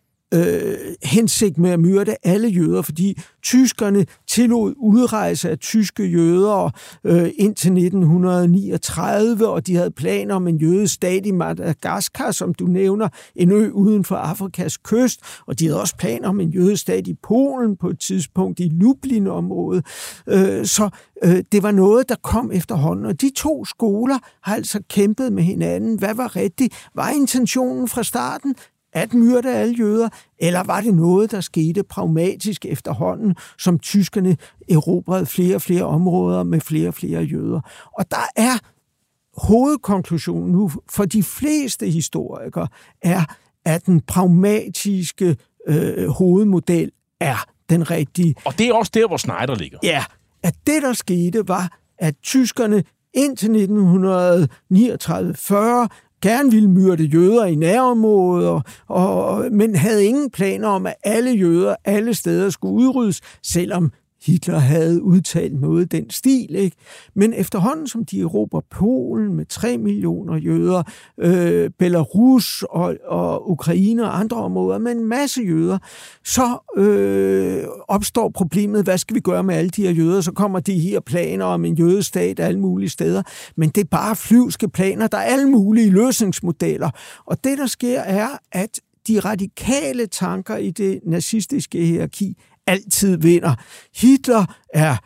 H: Øh, hensigt med at myrde alle jøder, fordi tyskerne tillod udrejse af tyske jøder øh, indtil nitten niogtredive, og de havde planer om en jødestat i Madagaskar, som du nævner, en ø uden for Afrikas kyst, og de havde også planer om en jødestat i Polen på et tidspunkt i Lublin-området. Øh, så øh, det var noget, der kom efterhånden, og de to skoler har altså kæmpet med hinanden. Hvad var rigtigt? Var intentionen fra starten at myrde alle jøder, eller var det noget, der skete pragmatisk efterhånden, som tyskerne erobrede flere og flere områder med flere og flere jøder? Og der er hovedkonklusionen nu for de fleste historikere, er, at den pragmatiske øh, hovedmodel er den rigtige.
F: Og det er også der, hvor Schneider ligger.
H: Ja, at det, der skete, var, at tyskerne indtil nitten niogtredive til fyrre gerne ville myrde jøder i nærområder, og, men havde ingen planer om, at alle jøder alle steder skulle udryddes, selvom Hitler havde udtalt noget i den stil, ikke? Men efterhånden, som de erobrer Polen med tre millioner jøder, øh, Belarus og, og Ukraine og andre områder med en masse jøder, så øh, opstår problemet, hvad skal vi gøre med alle de her jøder? Så kommer de her planer om en jødestat alle mulige steder, men det er bare flyvske planer, der er alle mulige løsningsmodeller. Og det, der sker, er, at de radikale tanker i det nazistiske hierarki altid vinder. Hitler er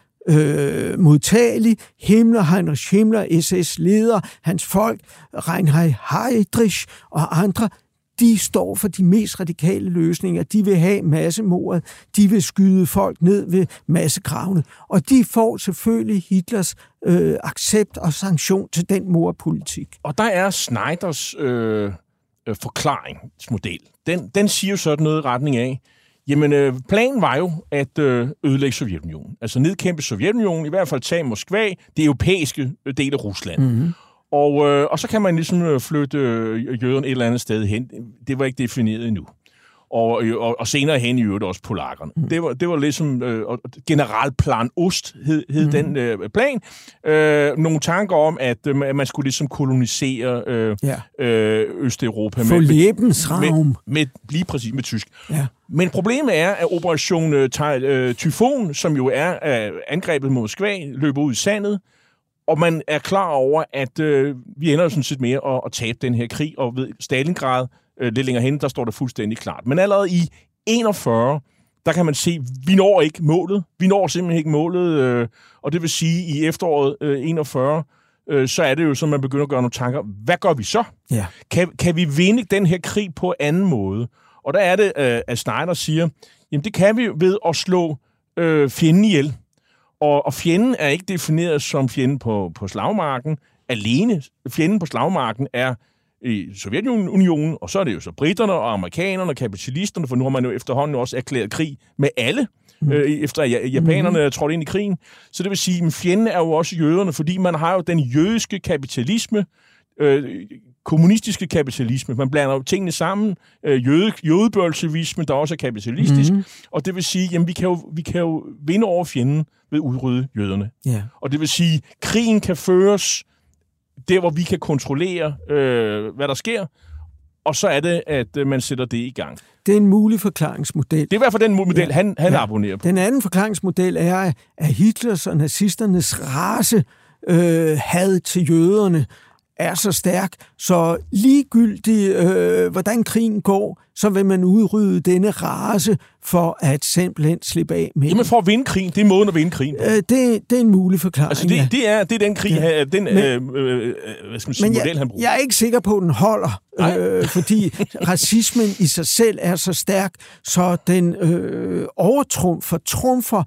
H: øh, modtagelig. Himmler, Heinrich Himmler, S S-leder, hans folk, Reinhard Heydrich og andre, de står for de mest radikale løsninger. De vil have massemordet. De vil skyde folk ned ved massegravene. Og de får selvfølgelig Hitlers øh, accept og sanktion til den mordpolitik.
F: Og der er Schneiders øh, øh, forklaringsmodel. Den, den siger jo sådan noget i retning af, jamen øh, planen var jo at øh, ødelægge Sovjetunionen. Altså nedkæmpe Sovjetunionen, i hvert fald tage Moskva, det europæiske del af Rusland. Mm-hmm. Og, øh, og så kan man ligesom flytte øh, jøderne et eller andet sted hen. Det var ikke defineret endnu. Og, og, og senere hen i øvrigt også polakkerne. Mm. Det var, det var ligesom øh, generalplan Ost hed, hed mm. den øh, plan. Øh, nogle tanker om, at øh, man skulle ligesom kolonisere øh, ja. øh, Østeuropa.
H: For Lebensraum.
F: Med, med, lige præcis med tysk. Ja. Men problemet er, at Operation øh, Tyfon, som jo er øh, angrebet mod Moskva, løber ud i sandet. Og man er klar over, at øh, vi ender jo sådan set med at, at tabe den her krig, og ved Stalingrad, øh, lidt længere hen, der står det fuldstændig klart. Men allerede i enogfyrre, der kan man se, at vi når ikke målet. Vi når simpelthen ikke målet, øh, og det vil sige, at i efteråret øh, enogfyrre, øh, så er det jo, som man begynder at gøre nogle tanker. Hvad gør vi så? Ja. Kan, kan vi vinde den her krig på anden måde? Og der er det, øh, at Schneider siger, jamen det kan vi ved at slå øh, fjenden ihjel. Og, og fjenden er ikke defineret som fjenden på, på slagmarken alene. Fjenden på slagmarken er i Sovjetunionen, og så er det jo så britterne og amerikanerne og kapitalisterne, for nu har man jo efterhånden også erklæret krig med alle, mm. øh, efter at japanerne er trådt ind i krigen. Så det vil sige, at fjenden er jo også jøderne, fordi man har jo den jødiske kapitalisme, øh, kommunistiske kapitalisme. Man blander jo tingene sammen. Øh, jøde, jødebølsevisme, der også er kapitalistisk. Mm. Og det vil sige, at vi kan jo, vi kan jo vinde over fjenden ved at udrydde jøderne. Yeah. Og det vil sige, at krigen kan føres der, hvor vi kan kontrollere, øh, hvad der sker, og så er det, at øh, man sætter det i gang.
H: Det er en mulig forklaringsmodel.
F: Det er i hvert fald den model, ja. han, han ja. abonnerer på.
H: Den anden forklaringsmodel er, at Hitlers og nazisternes race øh, had til jøderne er så stærk, så ligegyldigt, øh, hvordan krigen går, så vil man udrydde denne race for at simpelthen slippe af med.
F: Jamen for at vinde krigen, det er måden at vinde krigen på.
H: Øh, det, det er en mulig forklaring.
F: Altså det, ja. det, er, det er den krig, ja. den men, øh, øh, hvad skal man sige,
H: men
F: model,
H: jeg,
F: han bruger.
H: Jeg er ikke sikker på, at den holder, øh, fordi racismen i sig selv er så stærk, så den øh, overtrumfer, trumfer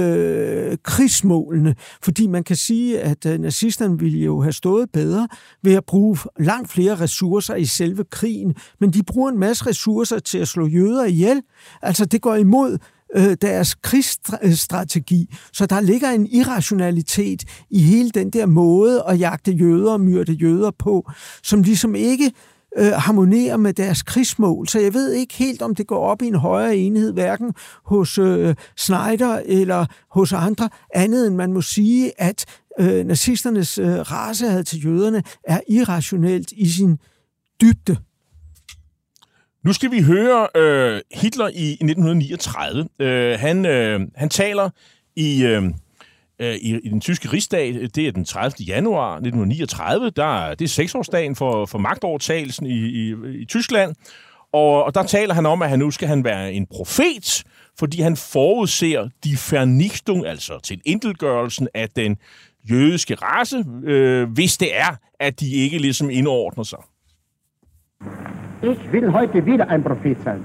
H: øh, krigsmålene. Fordi man kan sige, at øh, nazisterne ville jo have stået bedre ved at bruge langt flere ressourcer i selve krigen, men de bruger en masse ressourcer til at slå jøder ihjel. Altså det går imod øh, deres krigsstrategi. Så der ligger en irrationalitet i hele den der måde at jagte jøder og myrde jøder på, som ligesom ikke øh, harmonerer med deres krigsmål. Så jeg ved ikke helt, om det går op i en højere enhed, hverken hos øh, Schneider eller hos andre, andet end man må sige, at øh, nazisternes øh, racehad til jøderne er irrationelt i sin dybde.
F: Nu skal vi høre øh, Hitler i nitten niogtredive. Øh, han, øh, han taler i, øh, i, i den tyske rigsdag. Det er den tredivte januar nitten niogtredive. Der, det er seksårsdagen for, for magtovertagelsen i, i, i Tyskland. Og, og der taler han om, at han nu skal han være en profet, fordi han forudser de Vernichtung, altså til indelgørelsen af den jødiske race, øh, hvis det er, at de ikke ligesom indordner sig.
J: Ich will heute wieder ein Prophet sein.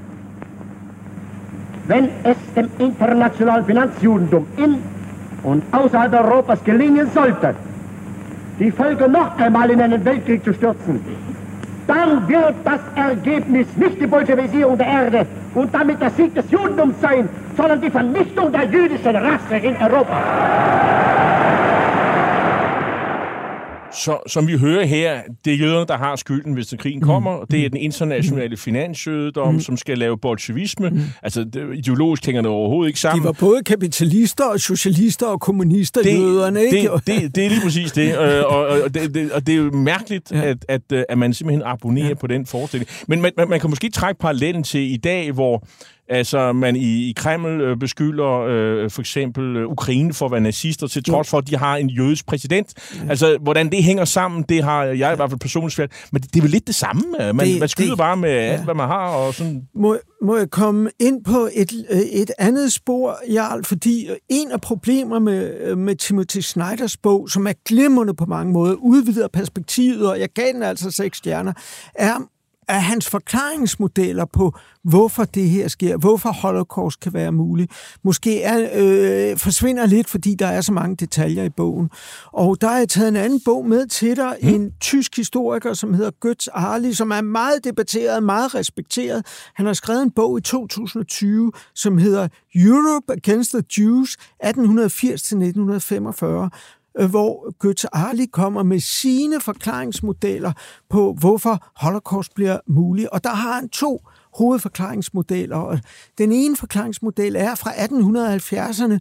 J: Wenn es dem internationalen Finanzjudentum in und außerhalb Europas gelingen sollte, die Völker noch einmal in einen Weltkrieg zu stürzen, dann wird das Ergebnis nicht die Bolschewisierung der Erde und damit der Sieg des Judentums sein, sondern die Vernichtung der jüdischen Rasse in Europa.
F: Så som vi hører her, det er jøderne, der har skylden, hvis krigen kommer. Mm. Det er den internationale finansjødedom, mm. som skal lave bolsjevisme. Mm. Altså, det, ideologisk hænger det overhovedet ikke sammen.
H: De var både kapitalister og socialister og kommunister, det, jøderne, ikke?
F: Det, det, det er lige præcis det. og, og, og, det, det og det er jo mærkeligt, ja. at, at, at man simpelthen abonnerer ja. på den forestilling. Men man, man kan måske trække parallellen til i dag, hvor altså, man i, i Kreml øh, beskylder øh, for eksempel øh, Ukraine for at være nazister, til trods for, at de har en jødisk præsident. Ja. Altså, hvordan det hænger sammen, det har jeg i hvert fald personligt svært. Men det, det er vel lidt det samme. Man, det, man skyder det, bare med ja. alt, hvad man har. Og sådan.
H: Må, må jeg komme ind på et, et andet spor, Jarl? Fordi en af problemer med, med Timothy Snyders bog, som er glimrende på mange måder, udvider perspektivet, og jeg gav den altså seks stjerner, er er hans forklaringsmodeller på, hvorfor det her sker, hvorfor Holocaust kan være mulig, måske er, øh, forsvinder lidt, fordi der er så mange detaljer i bogen. Og der har jeg taget en anden bog med til dig, mm. en tysk historiker, som hedder Götz Arli, som er meget debatteret, meget respekteret. Han har skrevet en bog i to tusind og tyve, som hedder Europe Against the Jews, atten firs til nitten femogfyrre, hvor Götz Arli kommer med sine forklaringsmodeller på, hvorfor Holocaust bliver mulig. Og der har han to hovedforklaringsmodeller. Og den ene forklaringsmodel er fra atten halvfjerdserne,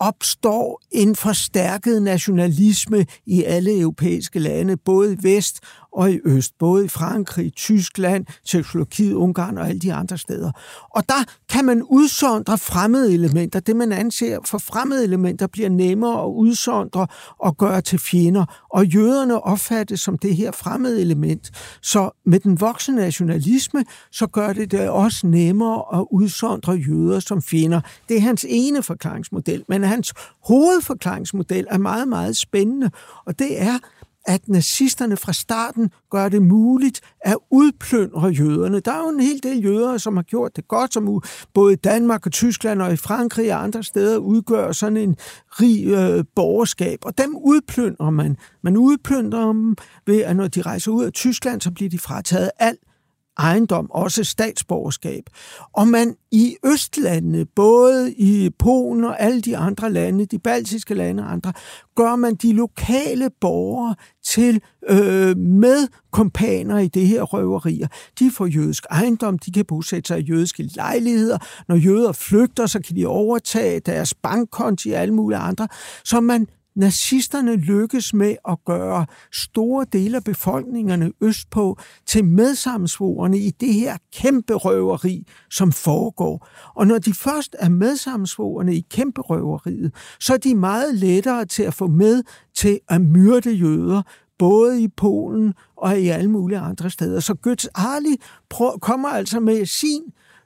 H: opstår en forstærket nationalisme i alle europæiske lande, både i vest og i øst, både i Frankrig, Tyskland, Tjekkoslovakiet, Ungarn og alle de andre steder. Og der kan man udsondre fremmede elementer. Det, man anser for fremmede elementer, bliver nemmere at udsondre og gøre til fjender. Og jøderne opfattes som det her fremmede element. Så med den voksende nationalisme, så gør det det også nemmere at udsondre jøder som fjender. Det er hans ene forklaringsmodel. Men hans hovedforklaringsmodel er meget, meget spændende. Og det er, at nazisterne fra starten gør det muligt at udplyndre jøderne. Der er jo en hel del jøder, som har gjort det godt, som både i Danmark og Tyskland og i Frankrig og andre steder udgør sådan en rig øh, borgerskab. Og dem udplyndrer man. Man udplyndrer dem ved, at når de rejser ud af Tyskland, så bliver de frataget alt ejendom, også statsborgerskab. Og man i østlandene, både i Polen og alle de andre lande, de baltiske lande og andre, gør man de lokale borgere til øh, medkompaner i det her røverier. De får jødisk ejendom, de kan bosætte sig i jødiske lejligheder. Når jøder flygter, så kan de overtage deres bankkonti og alle mulige andre. Så man nazisterne lykkes med at gøre store dele af befolkningerne østpå til medsammensvorene i det her kæmpe røveri, som foregår. Og når de først er medsammensvorene i kæmpe røveriet, så er de meget lettere til at få med til at myrde jøder, både i Polen og i alle mulige andre steder. Så Götz Arli kommer altså med sin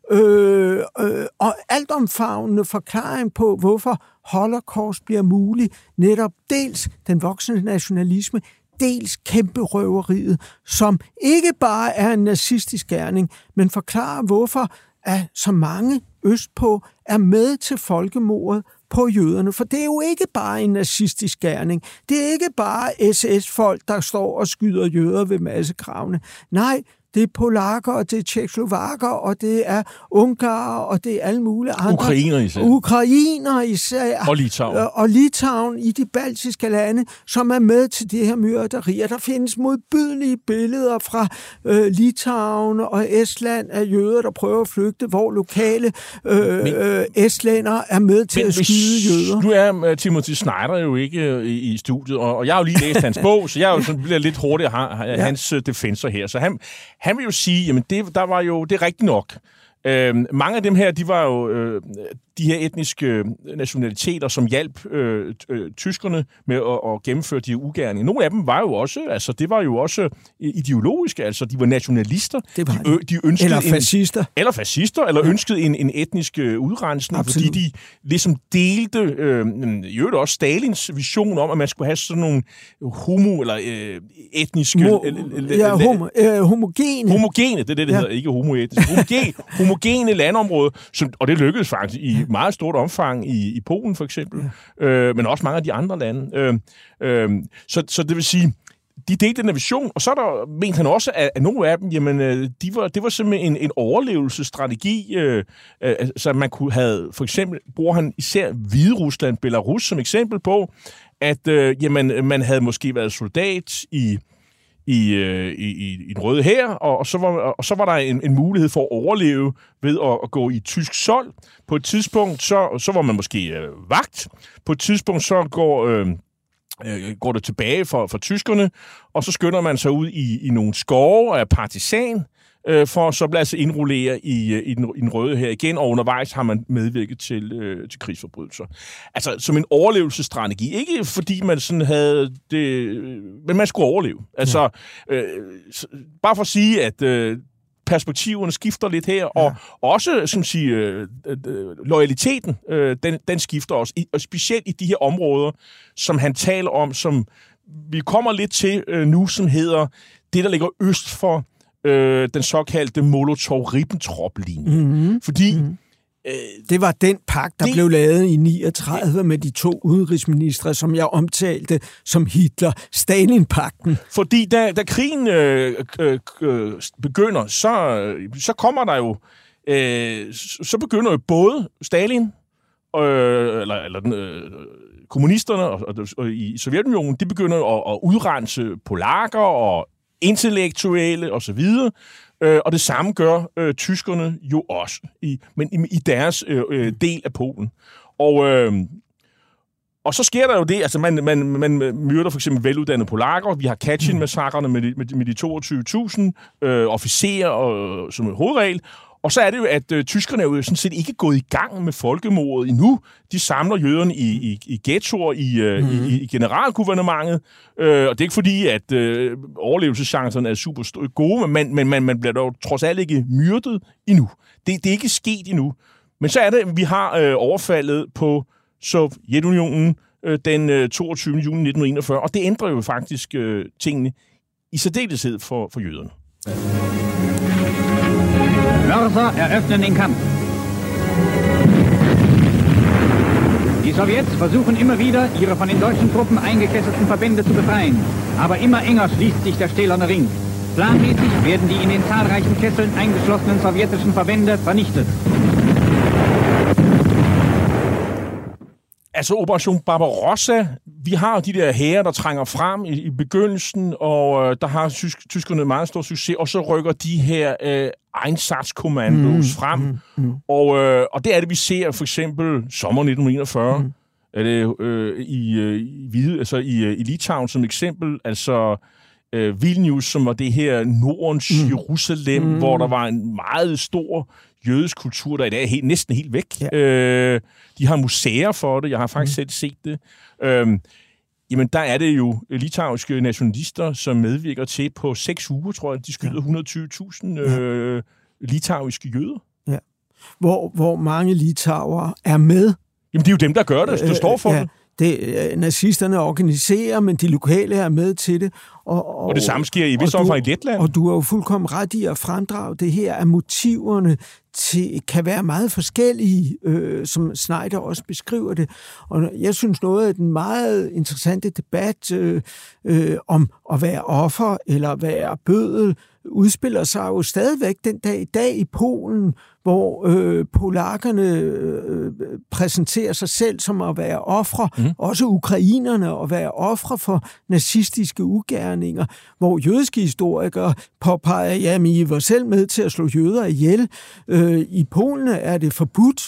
H: Øh, øh, og altomfavnende forklaring på, hvorfor Holocaust bliver mulig, netop dels den voksende nationalisme, dels kæmpe røveriet, som ikke bare er en nazistisk gerning, men forklarer, hvorfor at så mange østpå er med til folkemordet på jøderne. For det er jo ikke bare en nazistisk gerning. Det er ikke bare S S-folk, der står og skyder jøder ved massegravene. Nej, det er polakker, og det er tjekkoslovakker, og det er ungarer, og det er alle mulige andre.
F: Ukrainer især.
H: Ukrainer især.
F: Og Litauen.
H: Og, og Litauen i de baltiske lande, som er med til de her myrderier. Der findes modbydelige billeder fra øh, Litauen og Estland af jøder, der prøver at flygte, hvor lokale øh, men, øh, estlænder er med til men, at skyde jøder.
F: Nu er uh, Timothy Snyder jo ikke uh, i, i studiet, og, og jeg har jo lige læst hans bog, så jeg er jo sådan, bliver lidt hurtig at have ja. hans uh, defensor her. Så han Han vil jo sige, jamen det, der var jo, det er rigtigt nok. Øhm, mange af dem her, de var jo øh, de her etniske nationaliteter, som hjalp øh, øh, tyskerne med at, at gennemføre de ugerninger. Nogle af dem var jo også, altså det var jo også ideologiske, altså de var nationalister.
H: Det var
F: de, øh, de ønskede
H: eller fascister.
F: En, eller fascister, eller ja. ønskede en, en etnisk udrensning, Absolut. fordi de ligesom delte, øh, jo også Stalins vision om, at man skulle have sådan nogle homo- eller øh, etniske...
H: Mo, ja, homo, øh, homogene.
F: Homogene, det er det, det ja. hedder, ikke homoetnisk. Homogene, homogene landområde, som, og det lykkedes faktisk i meget stort omfang i, i Polen for eksempel, ja. øh, men også mange af de andre lande. Øh, øh, så, så det vil sige, de delte den vision, og så er der, mente han også, at, at nogle af dem, jamen, de var, det var simpelthen en, en overlevelsesstrategi, øh, øh, så man kunne have, for eksempel, bruger han især Hviderusland, Belarus som eksempel på, at øh, jamen, man havde måske været soldat i, i, øh, i, i den Røde Hær, og, og, så var, og så var der en, en mulighed for at overleve ved at, at gå i tysk sold. På et tidspunkt, så, så var man måske øh, vagt. På et tidspunkt, så går... Øh, går det tilbage for, for tyskerne, og så skynder man sig ud i, i nogle skove af partisan, øh, for så at altså indrullere i, i, den, i den Røde her igen, og undervejs har man medvirket til, øh, til krigsforbrydelser. Altså som en overlevelsesstrategi. Ikke fordi man sådan havde det, men man skulle overleve. Altså, øh, bare for at sige, at øh, perspektiverne skifter lidt her, og ja. også, som siger, øh, øh, loyaliteten, øh, den, den skifter også, I, og specielt i de her områder, som han taler om, som vi kommer lidt til øh, nu, som hedder det, der ligger øst for øh, den såkaldte Molotov-Ribbentrop-linje. Mm-hmm. Fordi mm-hmm.
H: Det var den pagt, der det, blev lavet i niogtredive med de to udenrigsministre, som jeg omtalte som Hitler-Stalin-pagten.
F: Fordi da, da krigen øh, øh, begynder, så, så kommer der jo... Øh, så begynder jo både Stalin, øh, eller, eller øh, kommunisterne og, og, og i Sovjetunionen, de begynder at, at udrense polakker og intellektuelle osv., Øh, og det samme gør øh, tyskerne jo også, i, men i, i deres øh, del af Polen. Og, øh, og så sker der jo det, altså man, man, man myrder for eksempel veluddannede polakker, vi har Katyn-massakrene med de, med, med de toogtyve tusind øh, officerer og, som en hovedregel, og så er det jo, at øh, tyskerne er jo sådan set ikke gået i gang med folkemordet endnu. De samler jøderne i, i, i ghettoer i, øh, mm. i, i generalgouvernementet, øh, og det er ikke fordi, at øh, overlevelseschancerne er super gode, men man, man, man bliver dog trods alt ikke myrdet endnu. Det, det er ikke sket endnu. Men så er det, at vi har øh, overfaldet på Sovjetunionen øh, den øh, toogtyvende juni nitten enogfyrre, og det ændrer jo faktisk øh, tingene i særdeleshed for, for jøderne.
K: Mörser eröffnen den Kampf. Die Sowjets versuchen immer wieder, ihre von den deutschen Truppen eingekesselten Verbände zu befreien. Aber immer enger schließt sich der stählerne Ring. Planmäßig werden die in den zahlreichen Kesseln eingeschlossenen sowjetischen Verbände vernichtet.
F: Altså Operation Barbarossa, vi har de der hære, der trænger frem i, i begyndelsen, og øh, der har tysk, tyskerne meget stor succes, og så rykker de her øh, Einsatzkommandos mm, frem. Mm, mm. Og, øh, og det er det, vi ser for eksempel sommer nitten enogfyrre, mm. er det, øh, i, øh, i, Hvide, altså i, øh, i Litauen som eksempel, altså øh, Vilnius, som var det her Nordens mm. Jerusalem, mm. hvor der var en meget stor jødisk kultur, der i dag er helt, næsten helt væk. Ja. Øh, de har museer for det. Jeg har faktisk mm. selv set det. Øhm, jamen, der er det jo litauiske nationalister, som medvirker til på seks uger, tror jeg, de skyder ja. et hundrede og tyve tusind øh, litauiske jøder.
H: Ja. Hvor, hvor mange litauere er med.
F: Jamen, det er jo dem, der gør det. Der øh, står for ja. det.
H: Det, nazisterne organiserer, men de lokale er med til det. Og, og,
F: og det samme sker i vist omfang i Letland.
H: Og du er jo fuldkommen ret i at fremdrage det her, at motiverne til, kan være meget forskellige, øh, som Schneider også beskriver det. Og jeg synes noget af den meget interessante debat øh, øh, om at være offer eller være bødel, udspiller sig jo stadigvæk den dag i dag i Polen, hvor øh, polakkerne øh, præsenterer sig selv som at være ofre, mm. også ukrainerne at være ofre for nazistiske ugerninger, hvor jødiske historikere påpeger, jamen I var selv med til at slå jøder ihjel. Øh, I Polen er det forbudt,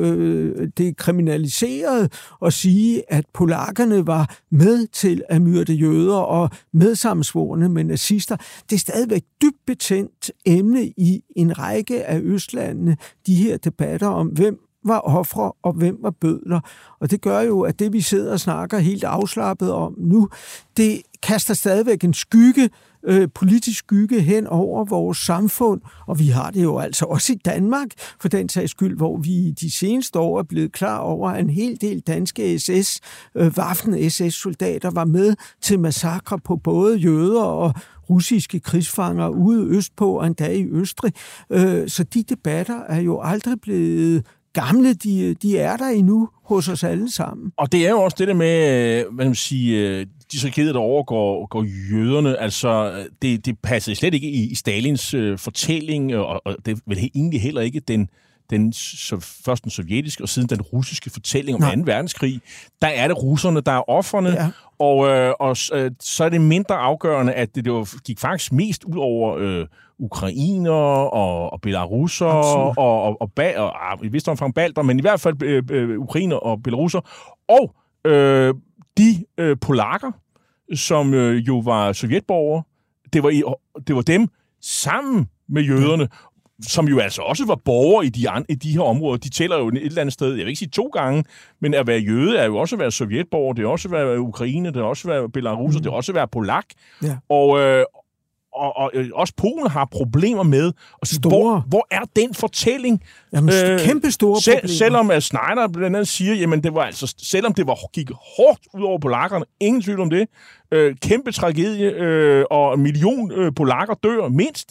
H: øh, det er kriminaliseret at sige, at polakkerne var med til at myrde jøder og medsammensvorne med nazister. Det er stadigvæk dybt betændt emne i en række af Østlandene, de her debatter om, hvem var ofre og hvem var bødler. Og det gør jo, at det vi sidder og snakker helt afslappet om nu, det kaster stadigvæk en skygge, øh, politisk skygge hen over vores samfund, og vi har det jo altså også i Danmark, for den sags skyld, hvor vi de seneste år er blevet klar over, at en hel del danske S S, øh, Waffen-S S-soldater var med til massakre på både jøder og russiske krigsfanger ude østpå og endda i Østrig. Øh, så de debatter er jo aldrig blevet gamle, de, de er der endnu hos os alle sammen.
F: Og det er jo også det der med, hvad man siger, de tragedier, der overgår går jøderne, altså det, det passer slet ikke i, i Stalins øh, fortælling, og, og det er vel egentlig heller ikke den, den, så, først den sovjetiske og siden den russiske fortælling om
H: Nej.
F: anden verdenskrig, der er det russerne, der er ofrene, ja. og, øh, og øh, så er det mindre afgørende, at det, det var, gik faktisk mest ud over øh, ukrainer og, og belarusser og, og, og, ba- og, og i vist omfang balter, men i hvert fald øh, øh, ukrainer og belarusser, og øh, de øh, polakker, som øh, jo var sovjetborgere, det var, i, det var dem sammen med jøderne, som jo altså også var borgere i de, an, i de her områder. De tæller jo et eller andet sted, jeg vil ikke sige to gange, men at være jøde er jo også at være sovjetborger, det er også at være ukraine, det er også at være belarusser, mm. det er også at være polak.
H: Ja.
F: Og, øh, og, og også Polen har problemer med, og sige, hvor, hvor er den fortælling?
H: Jamen, øh, kæmpe store
F: selv,
H: problemer.
F: Selvom at Schneider blandt andet siger, jamen det var altså, selvom det var, gik hårdt ud over polakkerne, ingen tvivl om det, øh, kæmpe tragedie, øh, og en million øh, polakker dør mindst,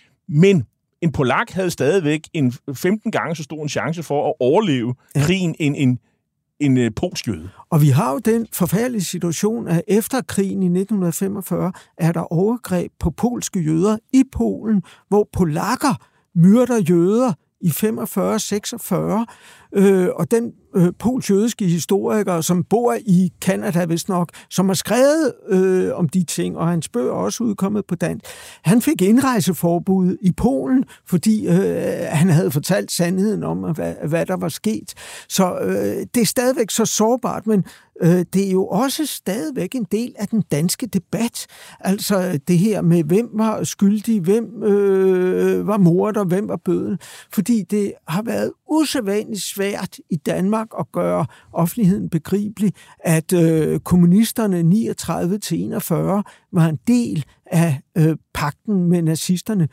F: men en polak havde stadigvæk en femten gange så stor en chance for at overleve ja. krigen end en, en, en polsk jøde.
H: Og vi har jo den forfærdelige situation, at efter krigen i nitten femogfyrre er der overgreb på polske jøder i Polen, hvor polakker myrder jøder i femogfyrre seksogfyrre, øh, og den øh, polsk-jødiske historiker, som bor i Canada vist nok, som har skrevet øh, om de ting, og hans bøger er også udkommet på dansk, han fik indrejseforbud i Polen, fordi øh, han havde fortalt sandheden om, hvad, hvad der var sket. Så øh, det er stadigvæk så sårbart, men øh, det er jo også stadigvæk en del af den danske debat. Altså det her med, hvem var skyldig, hvem øh, var morder, hvem var bøden. Fordi det har været usædvanligt svært i Danmark at gøre offentligheden begribelig, at øh, kommunisterne niogtredive til enogfyrre var en del af øh, pagten med nazisterne.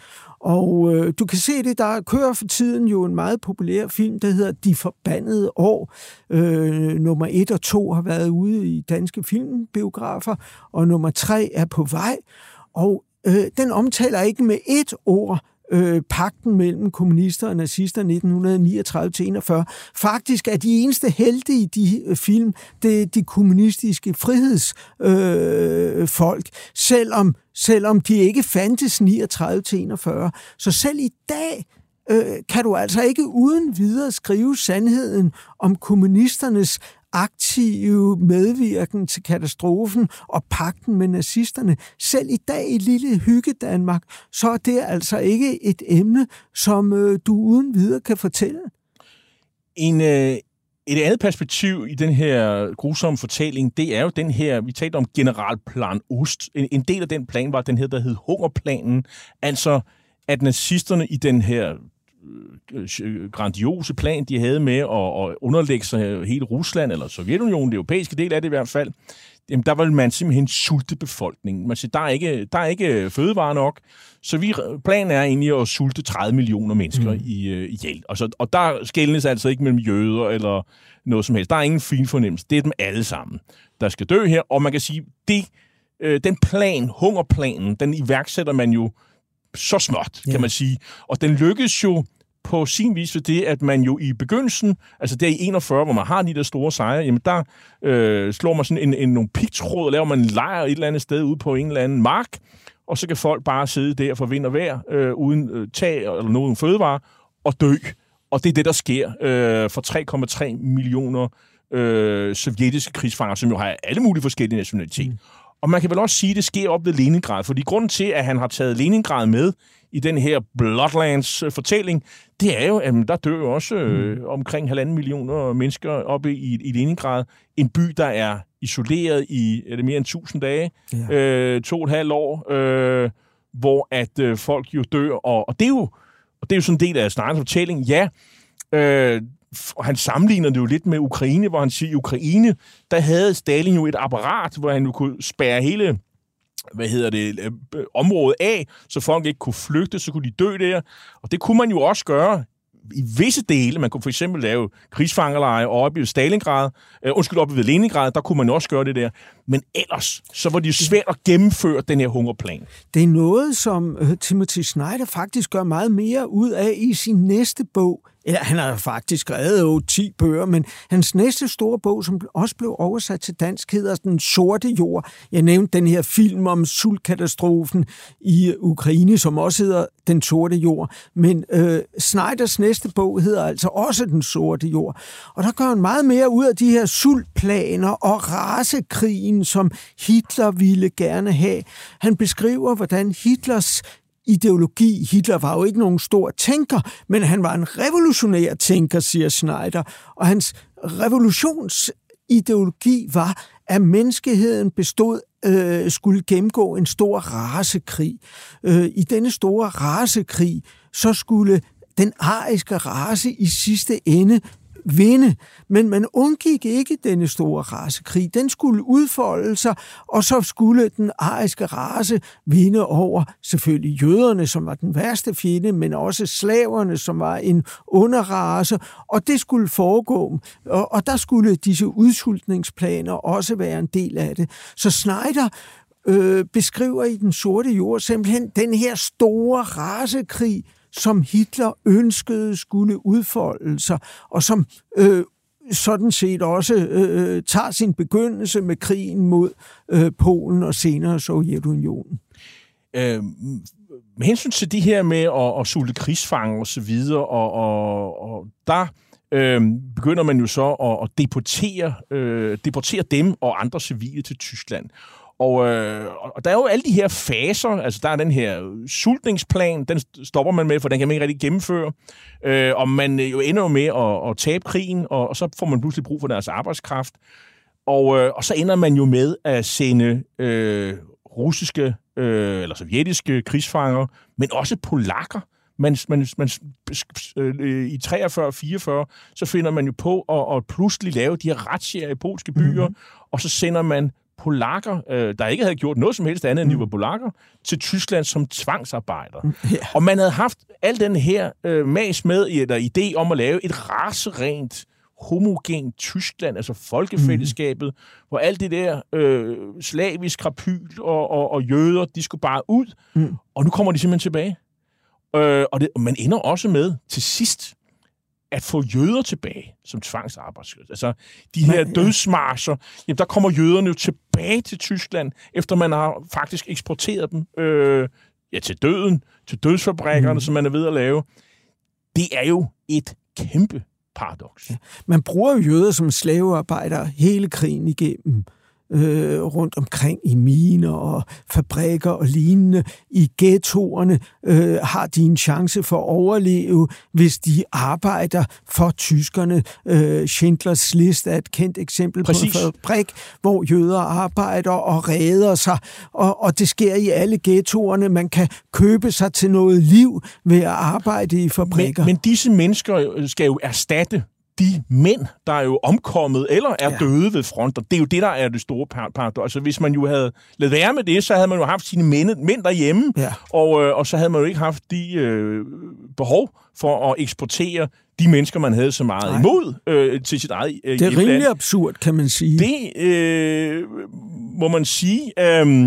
H: Og øh, du kan se det, der kører for tiden jo en meget populær film, der hedder De Forbandede År. Øh, nummer et og to har været ude i danske filmbiografer, og nummer tre er på vej. Og øh, den omtaler ikke med ét ord Øh, pagten mellem kommunister og nazister nitten niogtredive til enogfyrre. Faktisk er de eneste helte i de øh, film, det er de kommunistiske frihedsfolk, øh, selvom, selvom de ikke fandtes niogtredive til enogfyrre. Så selv i dag øh, kan du altså ikke uden videre skrive sandheden om kommunisternes aktive medvirken til katastrofen og pagten med nazisterne. Selv i dag i lille hygge-Danmark, så er det altså ikke et emne, som øh, du uden videre kan fortælle.
F: En, øh, et andet perspektiv i den her grusomme fortælling, det er jo den her, vi talte om Generalplan Ost. En, en del af den plan var den her, der hed Hungerplanen. Altså, at nazisterne i den her grandiose plan, de havde med at, at underlægge sig hele Rusland, eller Sovjetunionen, det europæiske del af det i hvert fald, jamen, der vil man simpelthen sulte befolkningen. Man siger, der er ikke, der er ikke fødevarer nok, så vi, planen er egentlig at sulte tredive millioner mennesker mm. i, i hjælp. Og, så, og der skelnes altså ikke mellem jøder eller noget som helst. Der er ingen fin fornemmelse. Det er dem alle sammen, der skal dø her. Og man kan sige, det, øh, den plan, hungerplanen, den iværksætter man jo så småt, kan yeah. man sige. Og den lykkes jo på sin vis ved det, at man jo i begyndelsen, altså der i enogfyrre, hvor man har de der store sejre, jamen der øh, slår man sådan en, en nogle pigtråd, og laver man en lejr et eller andet sted ude på en eller anden mark, og så kan folk bare sidde der for vind og vejr, øh, uden øh, tag eller nogen fødevarer, og dø. Og det er det, der sker øh, for tre komma tre millioner øh, sovjetiske krigsfanger, som jo har alle mulige forskellige nationaliteter. Mm. Og man kan vel også sige, at det sker op ved Leningrad, fordi grunden til, at han har taget Leningrad med i den her Bloodlands-fortælling, det er jo, at der dør jo også øh, omkring halvanden millioner mennesker oppe i, i Leningrad. En by, der er isoleret i er det mere end tusind dage, ja. øh, to og et halvt år, øh, hvor at øh, folk jo dør. Og, og, det er jo, og det er jo sådan en del af Schneiders fortælling. Ja, øh, og han sammenligner det jo lidt med Ukraine, hvor han siger, at i Ukraine, der havde Stalin jo et apparat, hvor han jo kunne spærre hele hvad hedder det, øh, området af, så folk ikke kunne flygte, så kunne de dø der. Og det kunne man jo også gøre i visse dele. Man kunne for eksempel lave krigsfangerleje oppe i Stalingrad, øh, undskyld, oppe ved Leningrad, der kunne man også gøre det der. Men ellers, så var det jo svært at gennemføre den her hungerplan.
H: Det er noget, som uh, Timothy Snyder faktisk gør meget mere ud af i sin næste bog, Eller han har faktisk skrevet jo ti bøger, men hans næste store bog, som også blev oversat til dansk, hedder Den sorte jord. Jeg nævnte den her film om sultkatastrofen i Ukraine, som også hedder Den sorte jord. Men øh, Snyders næste bog hedder altså også Den sorte jord. Og der gør han meget mere ud af de her sultplaner og racekrigen, som Hitler ville gerne have. Han beskriver, hvordan Hitlers ideologi. Hitler var jo ikke nogen stor tænker, men han var en revolutionær tænker, siger Snyder. Og hans revolutionsideologi var, at menneskeheden bestod, øh, skulle gennemgå en stor racekrig. Øh, I denne store racekrig, så skulle den ariske race i sidste ende vinde, men man undgik ikke denne store racekrig. Den skulle udfolde sig, og så skulle den ariske race vinde over selvfølgelig jøderne, som var den værste fjende, men også slaverne, som var en underrace, og det skulle foregå, og, og der skulle disse udsultningsplaner også være en del af det. Så Snyder øh, beskriver i Den sorte jord simpelthen den her store racekrig, som Hitler ønskede skulle udfolde sig, og som øh, sådan set også øh, tager sin begyndelse med krigen mod øh, Polen og senere Sovjetunionen.
F: Øh, med hensyn til det her med at, at sulte krigsfanger og så videre, og, og, og der øh, begynder man jo så at, at deportere, øh, deportere dem og andre civile til Tyskland. Og, øh, og der er jo alle de her faser, altså der er den her sultningsplan, den stopper man med, for den kan man ikke rigtig gennemføre. Øh, og man jo ender jo med at, at tabe krigen, og, og så får man pludselig brug for deres arbejdskraft. Og, øh, og så ender man jo med at sende øh, russiske øh, eller sovjetiske krigsfanger, men også polakker. Man, man, man, øh, I treogfyrre fireogfyrre, så finder man jo på at, at pludselig lave de her razziaer i polske byer, mm-hmm. og så sender man polakker, øh, der ikke havde gjort noget som helst andet, end de var polakker, til Tyskland som tvangsarbejdere. Yeah. Og man havde haft al den her øh, mas med, eller idé om at lave et racerent, homogent Tyskland, altså folkefællesskabet, mm. hvor alt det der øh, slavisk krapyl og, og, og jøder, de skulle bare ud, mm. og nu kommer de simpelthen tilbage. Øh, og, det, og man ender også med, til sidst, at få jøder tilbage som tvangsarbejdsløse. Altså, de her Men, dødsmarscher, jamen, der kommer jøderne jo tilbage til Tyskland, efter man har faktisk eksporteret dem øh, ja, til døden, til dødsfabrikkerne, mm. som man er ved at lave. Det er jo et kæmpe paradoks. Ja.
H: Man bruger jo jøder som slavearbejdere hele krigen igennem. Øh, rundt omkring i miner og fabrikker og lignende. I ghettoerne øh, har de en chance for at overleve, hvis de arbejder for tyskerne. Øh, Schindlers List er et kendt eksempel Præcis. På en fabrik, hvor jøder arbejder og redder sig, og, og det sker i alle ghettoerne. Man kan købe sig til noget liv ved at arbejde i fabrikker.
F: Men, men disse mennesker skal jo erstatte de mænd, der er jo omkommet eller er ja. døde ved fronter. Det er jo det, der er det store paradoks. Altså, hvis man jo havde ladet være med det, så havde man jo haft sine mænd, mænd derhjemme, ja. og, øh, og så havde man jo ikke haft de øh, behov for at eksportere de mennesker, man havde så meget Nej. imod øh, til sit eget øh,
H: Det er rimelig absurd, kan man sige.
F: Det øh, må man sige. Øh,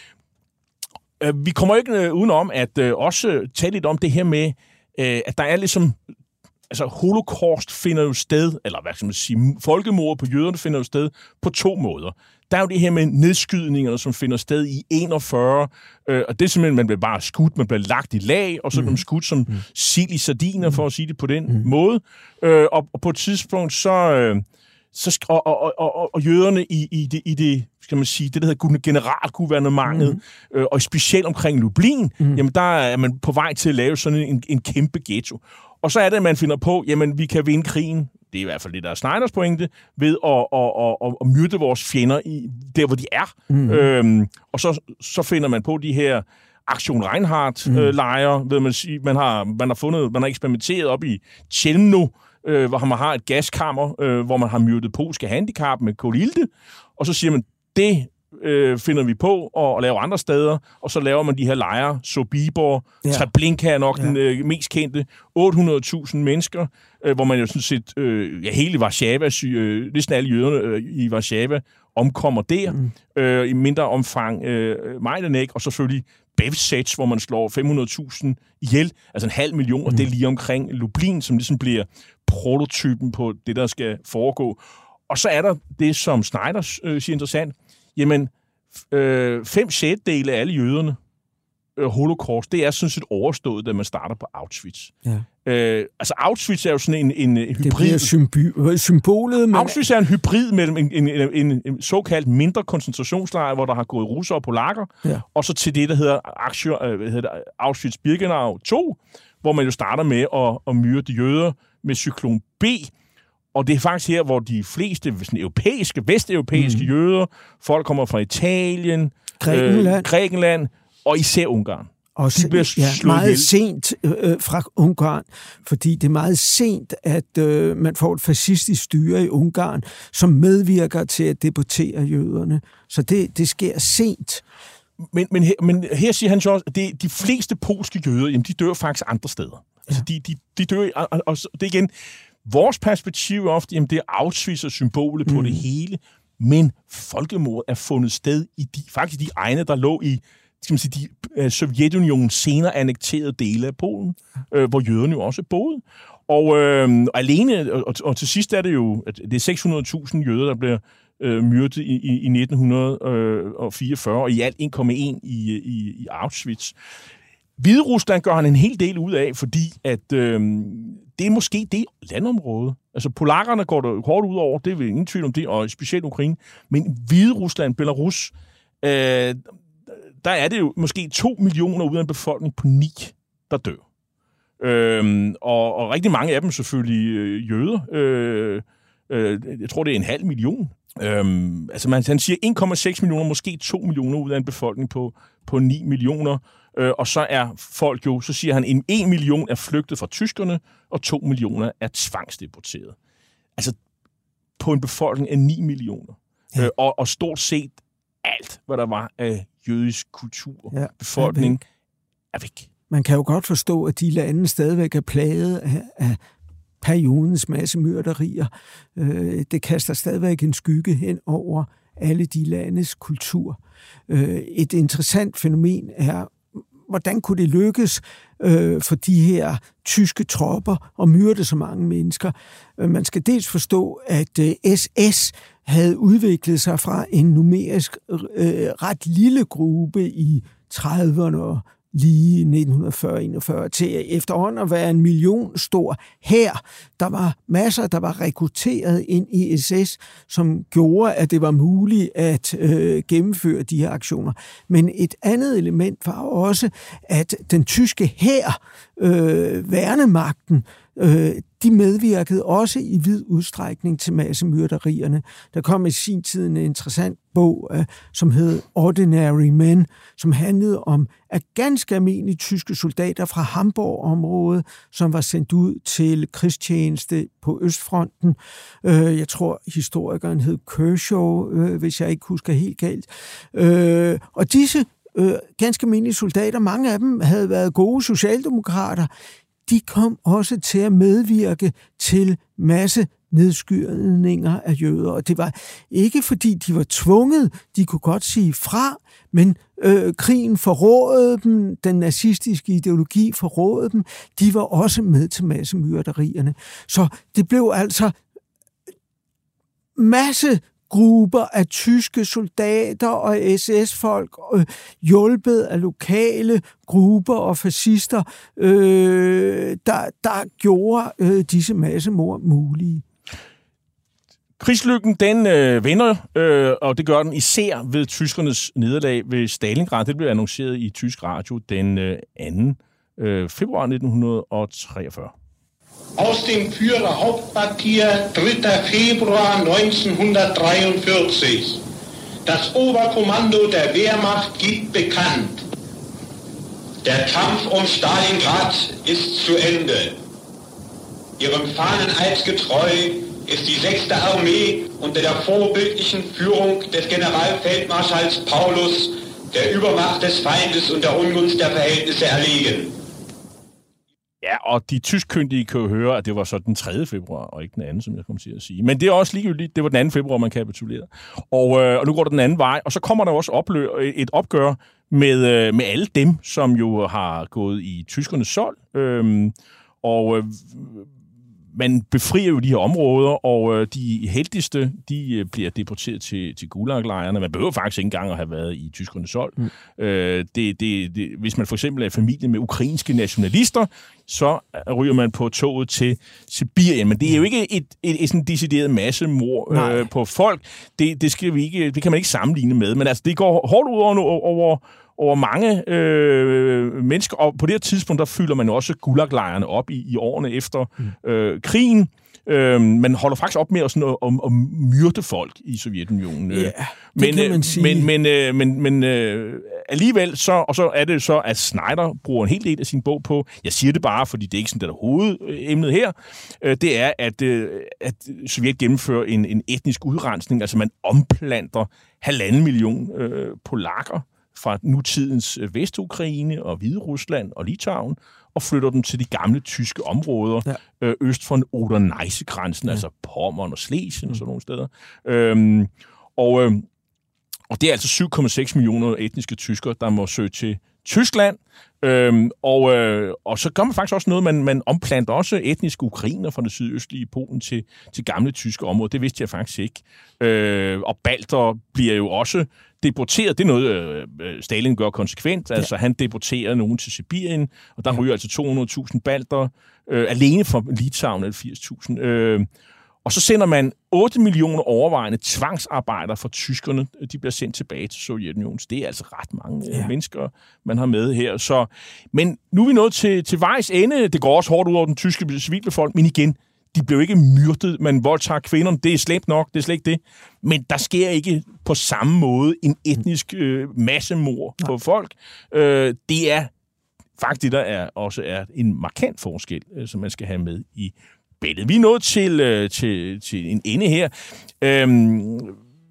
F: øh, vi kommer ikke øh, udenom at øh, også tale lidt om det her med, øh, at der er ligesom altså, holocaust finder jo sted, eller hvad skal man sige, folkemord på jøderne finder jo sted på to måder. Der er jo det her med nedskydningerne, som finder sted i enogfyrre, øh, og det er simpelthen, man bliver bare skudt, man bliver lagt i lag, og så bliver man skudt som mm. sild i sardiner, for at sige det på den mm. måde. Øh, og, og på et tidspunkt, så... Øh, så og, og, og, og jøderne i, i, det, i det, skal man sige, det der hedder generalgouvernementet, mm. øh, og specielt omkring Lublin, mm. jamen der er man på vej til at lave sådan en, en kæmpe ghetto. Og så er det, at man finder på, jamen vi kan vinde krigen, det er i hvert fald det, der er Snyders pointe, ved at, at, at, at myrde vores fjender i, der, hvor de er. Mm. Øhm, og så, så finder man på de her Aktion Reinhardt-lejre, mm. ved man sige, man har, man har fundet, man har eksperimenteret op i Chelmno, øh, hvor man har et gaskammer, øh, hvor man har myrdet polske handicap med kulilte, og så siger man, det øh, finder vi på og, og laver andre steder, og så laver man de her lejre, Sobibor, ja. Treblinka er nok ja. den øh, mest kendte, otte hundrede tusind mennesker, øh, hvor man jo sådan set, øh, ja, hele Warszawa, øh, næsten alle jøderne øh, i Warszawa omkommer der, mm. øh, i mindre omfang øh, Majdanek, og selvfølgelig Belzec, hvor man slår fem hundrede tusind ihjel, altså en halv million, mm. og det er lige omkring Lublin, som ligesom bliver prototypen på det, der skal foregå. Og så er der det, som Snyder øh, siger interessant. Jamen, øh, fem sjettedele af alle jøderne, øh, holocaust, det er sådan set overstået, da man starter på Auschwitz. Ja. Øh, altså, Auschwitz er jo sådan en, en, en hybrid...
H: Det bliver symbi- symbolet...
F: Men... Auschwitz er en hybrid mellem en, en, en, en, en såkaldt mindre koncentrationslejr, hvor der har gået russere og polakker, ja. og så til det, der hedder Auschwitz-Birkenau to, hvor man jo starter med at, at myrde jøder med cyklon B. Og det er faktisk her, hvor de fleste sådan, europæiske, vesteuropæiske mm. jøder, folk kommer fra Italien,
H: Grækenland,
F: øh, Grækenland og især Ungarn.
H: Og de bliver ja, meget ihjel. sent øh, fra Ungarn, fordi det er meget sent, at øh, man får et fascistisk styre i Ungarn, som medvirker til at deportere jøderne. Så det, det sker sent.
F: Men, men, her, men her siger han så også, at det, de fleste polske jøder, jamen, de dør faktisk andre steder. Ja. Altså, de, de, de dør, og, og det igen... Vores perspektiv er ofte, jamen det er Auschwitz og symbolet på mm. det hele, men folkemord er fundet sted i de, faktisk de egne, der lå i skal man sige, de uh, Sovjetunionens senere annekterede dele af Polen, øh, hvor jøderne jo også boede. Og øh, alene, og, og til sidst er det jo, at det er seks hundrede tusind jøder, der bliver øh, myrdet i, i, i nitten fireogfyrre, og i alt en komma en i, i, i Auschwitz. Hviderusland gør han en hel del ud af, fordi at øh, det er måske det landområde. Altså polakkerne går der hårdt ud over, det er ingen tvivl om det, og specielt Ukraine. Men Hviderusland, Belarus, øh, der er det jo måske to millioner ud af en befolkning på ni, der dør. Øh, og, og rigtig mange af dem selvfølgelig øh, jøder. Øh, øh, jeg tror, det er en halv million. Øh, altså man, han siger en komma seks millioner, måske to millioner ud af en befolkning på, på ni millioner. Øh, og så er folk jo, så siger han, en, en million er flygtet fra tyskerne, og to millioner er tvangsdeporteret. Altså på en befolkning af ni millioner. Ja. Øh, og, og stort set alt, hvad der var af jødisk kultur, ja, befolkning, er væk. er væk.
H: Man kan jo godt forstå, at de lande stadigvæk er plaget af, af periodens massemyrderier. Øh, det kaster stadigvæk en skygge hen over alle de landes kultur. Øh, et interessant fænomen er, hvordan kunne det lykkes øh, for de her tyske tropper at myrde så mange mennesker? Øh, man skal dels forstå, at øh, S S havde udviklet sig fra en numerisk øh, ret lille gruppe i trediverne og lige nitten fyrre til enogfyrre til efterhånden at være en million stor hær. Der var masser, der var rekrutteret ind i S S, som gjorde, at det var muligt at øh, gennemføre de her aktioner. Men et andet element var også, at den tyske hær, øh, værnemagten, øh, de medvirkede også i vid udstrækning til massemyrderierne. Der kom i sin tid en interessant bog, øh, som hed Ordinary Men, som handlede om at ganske almindelige tyske soldater fra Hamburg-området, som var sendt ud til krigstjeneste på Østfronten. Øh, jeg tror, historikeren hed Kershaw, øh, hvis jeg ikke husker helt galt. Øh, og disse øh, ganske almindelige soldater, mange af dem havde været gode socialdemokrater, de kom også til at medvirke til masse nedskydninger af jøder. Og det var ikke, fordi de var tvunget, de kunne godt sige fra, men øh, krigen forrådede dem, den nazistiske ideologi forrådede dem, de var også med til massemyrderierne. Så det blev altså masse grupper af tyske soldater og S S-folk, øh, hjulpet af lokale grupper og fascister, øh, der, der gjorde øh, disse massemord mulige.
F: Krigslykken, den øh, vinder, øh, og det gør den især ved tyskernes nederlag ved Stalingrad. Det blev annonceret i tysk radio den øh, anden februar nitten treogfyrre.
L: Aus dem Führer Hauptquartier dritter Februar neunzehnhundertdreiundvierzig. Das Oberkommando der Wehrmacht gibt bekannt. Der Kampf um Stalingrad ist zu Ende. Ihrem Fahneneid getreu ist die sechste Armee unter der vorbildlichen Führung des Generalfeldmarschalls Paulus der Übermacht des Feindes und der Ungunst der Verhältnisse erlegen.
F: Ja, og de tyskkyndige kan jo høre, at det var så den tredje februar, og ikke den anden, som jeg kom til at sige. Men det er også ligegyldigt. Det var den anden februar, man kapitulerede. Og, øh, og nu går der den anden vej, og så kommer der også oplø- et opgør med, med alle dem, som jo har gået i tyskernes sold. Øhm, og øh, man befrier jo de her områder, og øh, de heldigste, de øh, bliver deporteret til, til Gulag-lejrene. Man behøver faktisk ikke engang at have været i tyskernes sold. Mm. Øh, det, det, det, hvis man for eksempel er familie med ukrainske nationalister, så ryger man på toget til Sibirien. Men det er jo ikke et, et, et sådan decideret massemord øh, på folk. Det, det, skal vi ikke, det kan man ikke sammenligne med. Men altså, det går hårdt ud over, over over mange øh, mennesker, og på det her tidspunkt, der fylder man også Gulag-lejrene op i, i årene efter mm. øh, krigen. Øh, man holder faktisk op med at, sådan, at, at myrde folk i Sovjetunionen.
H: Ja, det
F: men,
H: kan man sige.
F: Men, men, øh, men, men øh, alligevel, så, og så er det så, at Snyder bruger en hel del af sin bog på, jeg siger det bare, fordi det er ikke sådan, det er hovedemnet her, øh, det er, at, øh, at Sovjet gennemfører en, en etnisk udrensning, altså man omplanter halvanden million øh, polakker fra nutidens Vestukraine og Hviderusland og Litauen, og flytter dem til de gamle tyske områder, ja. øh, øst for Oder-Neisse-grænsen, ja. altså Pommern og Schlesien mm. og sådan nogle steder. Øhm, og, øh, og det er altså syv komma seks millioner etniske tyskere, der må søge til Tyskland. Øhm, og, øh, og så gør man faktisk også noget, man, man omplanter også etniske ukrainer fra det sydøstlige Polen til, til gamle tyske områder. Det vidste jeg faktisk ikke. Øh, og balter bliver jo også deporteret. Det er noget, øh, Stalin gør konsekvent. Ja. Altså, han deporterer nogen til Sibirien, og der ryger altså to hundrede tusind balter øh, alene fra Litauen, eller firs tusind. Øh, og så sender man otte millioner overvejende tvangsarbejdere fra tyskerne. De bliver sendt tilbage til Sovjetunionen. Det er altså ret mange ja. mennesker, man har med her. Så, men nu er vi nået til, til vejs ende. Det går også hårdt ud over den tyske civilbefolkning, men igen, de blev ikke myrdet. Man voldtager kvinderne. Det er slemt nok. Det er slet ikke det. Men der sker ikke på samme måde en etnisk øh, massemord Nej. på folk. Øh, det er faktisk det, der er, også er en markant forskel, øh, som man skal have med i billedet. Vi er nået til, øh, til, til en ende her. Øhm,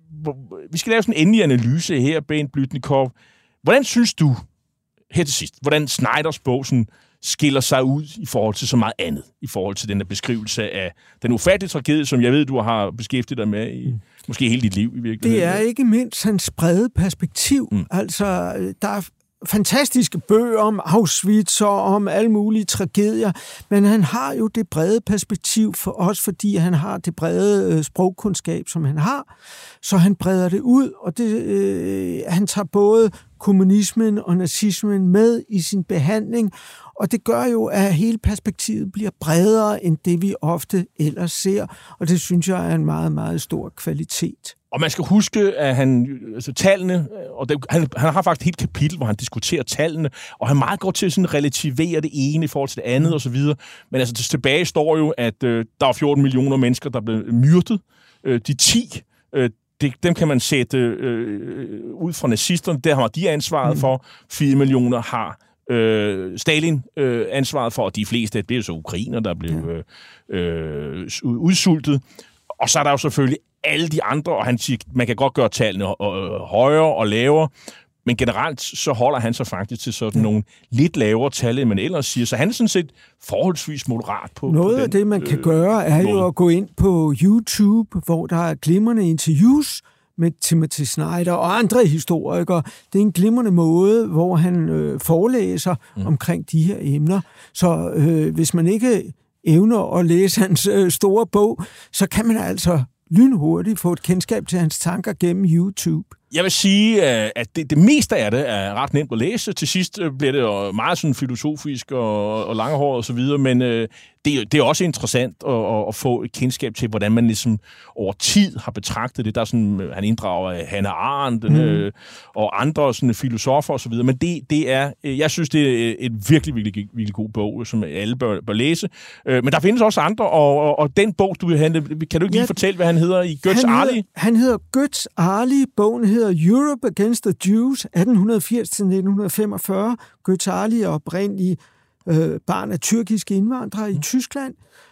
F: vi skal lave sådan en endelig analyse her, Bent Blüdnikow. Hvordan synes du, her til sidst, hvordan Snyders bog sådan skiller sig ud i forhold til så meget andet, i forhold til den der beskrivelse af den ufattelige tragedie, som jeg ved, du har beskæftiget dig med i måske hele dit liv i virkeligheden?
H: Det er ikke mindst hans brede perspektiv. Mm. Altså, der er fantastiske bøger om Auschwitz og om alle mulige tragedier, men han har jo det brede perspektiv for os, fordi han har det brede øh, sprogkundskab, som han har, så han breder det ud, og det, øh, han tager både kommunismen og nazismen med i sin behandling, og det gør jo, at hele perspektivet bliver bredere end det, vi ofte ellers ser, og det synes jeg er en meget, meget stor kvalitet.
F: Og man skal huske, at han, altså tallene, og det, han, han har faktisk et helt kapitel, hvor han diskuterer tallene, og han meget godt til at sådan relativere det ene i forhold til det andet og så videre. Men altså tilbage står jo, at øh, der var fjorten millioner mennesker, der blev myrdet. Øh, de ti, øh, det, dem kan man sætte øh, ud fra nazisterne, der har de ansvaret mm. for. fire millioner har øh, Stalin øh, ansvaret for, og de fleste, det er jo så ukrainer, der blev øh, øh, udsultet. Og så er der jo selvfølgelig alle de andre, og han siger, man kan godt gøre tallene højere og lavere, men generelt så holder han sig faktisk til sådan nogle lidt lavere tal, end man ellers siger. Så han er sådan set forholdsvis moderat på
H: Noget
F: på den,
H: af det, man kan
F: øh,
H: gøre, er
F: måde.
H: jo at gå ind på YouTube, hvor der er glimrende interviews med Timothy Snyder og andre historikere. Det er en glimrende måde, hvor han øh, forelæser mm. omkring de her emner. Så øh, hvis man ikke evner at læse hans øh, store bog, så kan man altså lynhurtigt få et kendskab til hans tanker gennem YouTube.
F: Jeg vil sige, at det, det meste af det er ret nemt at læse. Til sidst bliver det meget sådan filosofisk og, og langhåret og så videre, men øh, det, det er også interessant at, at få et kendskab til, hvordan man ligesom over tid har betragtet det. Der er sådan, han inddrager Hannah Arendt mm. øh, og andre sådan filosofer og så videre, men det, det er, jeg synes, det er et virkelig, virkelig, virkelig god bog, som alle bør, bør læse. Øh, men der findes også andre, og, og, og den bog, du vil have, kan du ikke lige ja, fortælle, hvad han hedder i Götz Arli?
H: Han hedder Götz Arli, bogen hedder Europe Against the Jews, atten firs til nitten femogfyrre. Götz Arli er oprindelig øh, barn af tyrkiske indvandrere i Tyskland,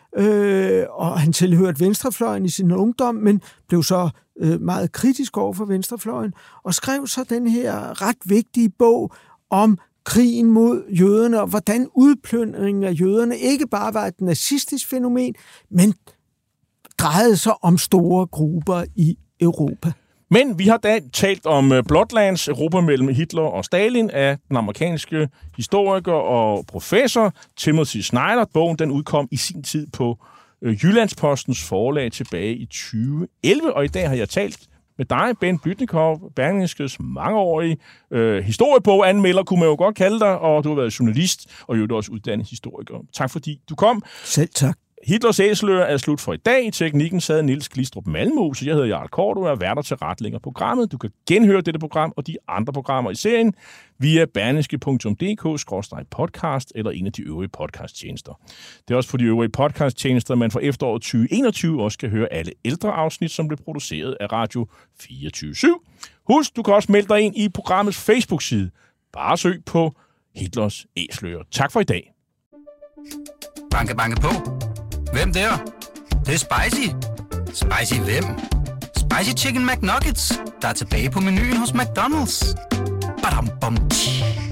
H: øh, og han tilhørte venstrefløjen i sin ungdom, men blev så øh, meget kritisk over for venstrefløjen, og skrev så den her ret vigtige bog om krigen mod jøderne, og hvordan udplyndringen af jøderne ikke bare var et nazistisk fænomen, men drejede sig om store grupper i Europa.
F: Men vi har da talt om Bloodlands, Europa mellem Hitler og Stalin, af den amerikanske historiker og professor Timothy Snyder. Bogen den udkom i sin tid på Jyllandspostens forlag tilbage i tyve elleve, og i dag har jeg talt med dig, Ben Blüdnikow, Berlingskes mangeårige øh, historieboganmelder, kunne man jo godt kalde dig, og du har været journalist, og jo også uddannet historiker. Tak fordi du kom.
H: Selv tak.
F: Hitlers Æseløer er slut for i dag. I teknikken sad Niels Glistrup Malmose. Jeg hedder Jarl Kort, og er værter til retlægger programmet. Du kan genhøre dette program og de andre programmer i serien via berlingske punktum d k skråstreg podcast eller en af de øvrige podcasttjenester. Det er også på de øvrige podcasttjenester, man for efteråret tyve enogtyve også kan høre alle ældre afsnit, som blev produceret af Radio fireogtyve syv. Husk, du kan også melde dig ind i programmets Facebook-side. Bare søg på Hitlers Æseløer. Tak for i dag.
A: Banke, banke på. Hvem der? Det, det er spicy. Spicy hvem? Spicy Chicken McNuggets, der er tilbage på menuen hos McDonald's. Badum, bom, tji.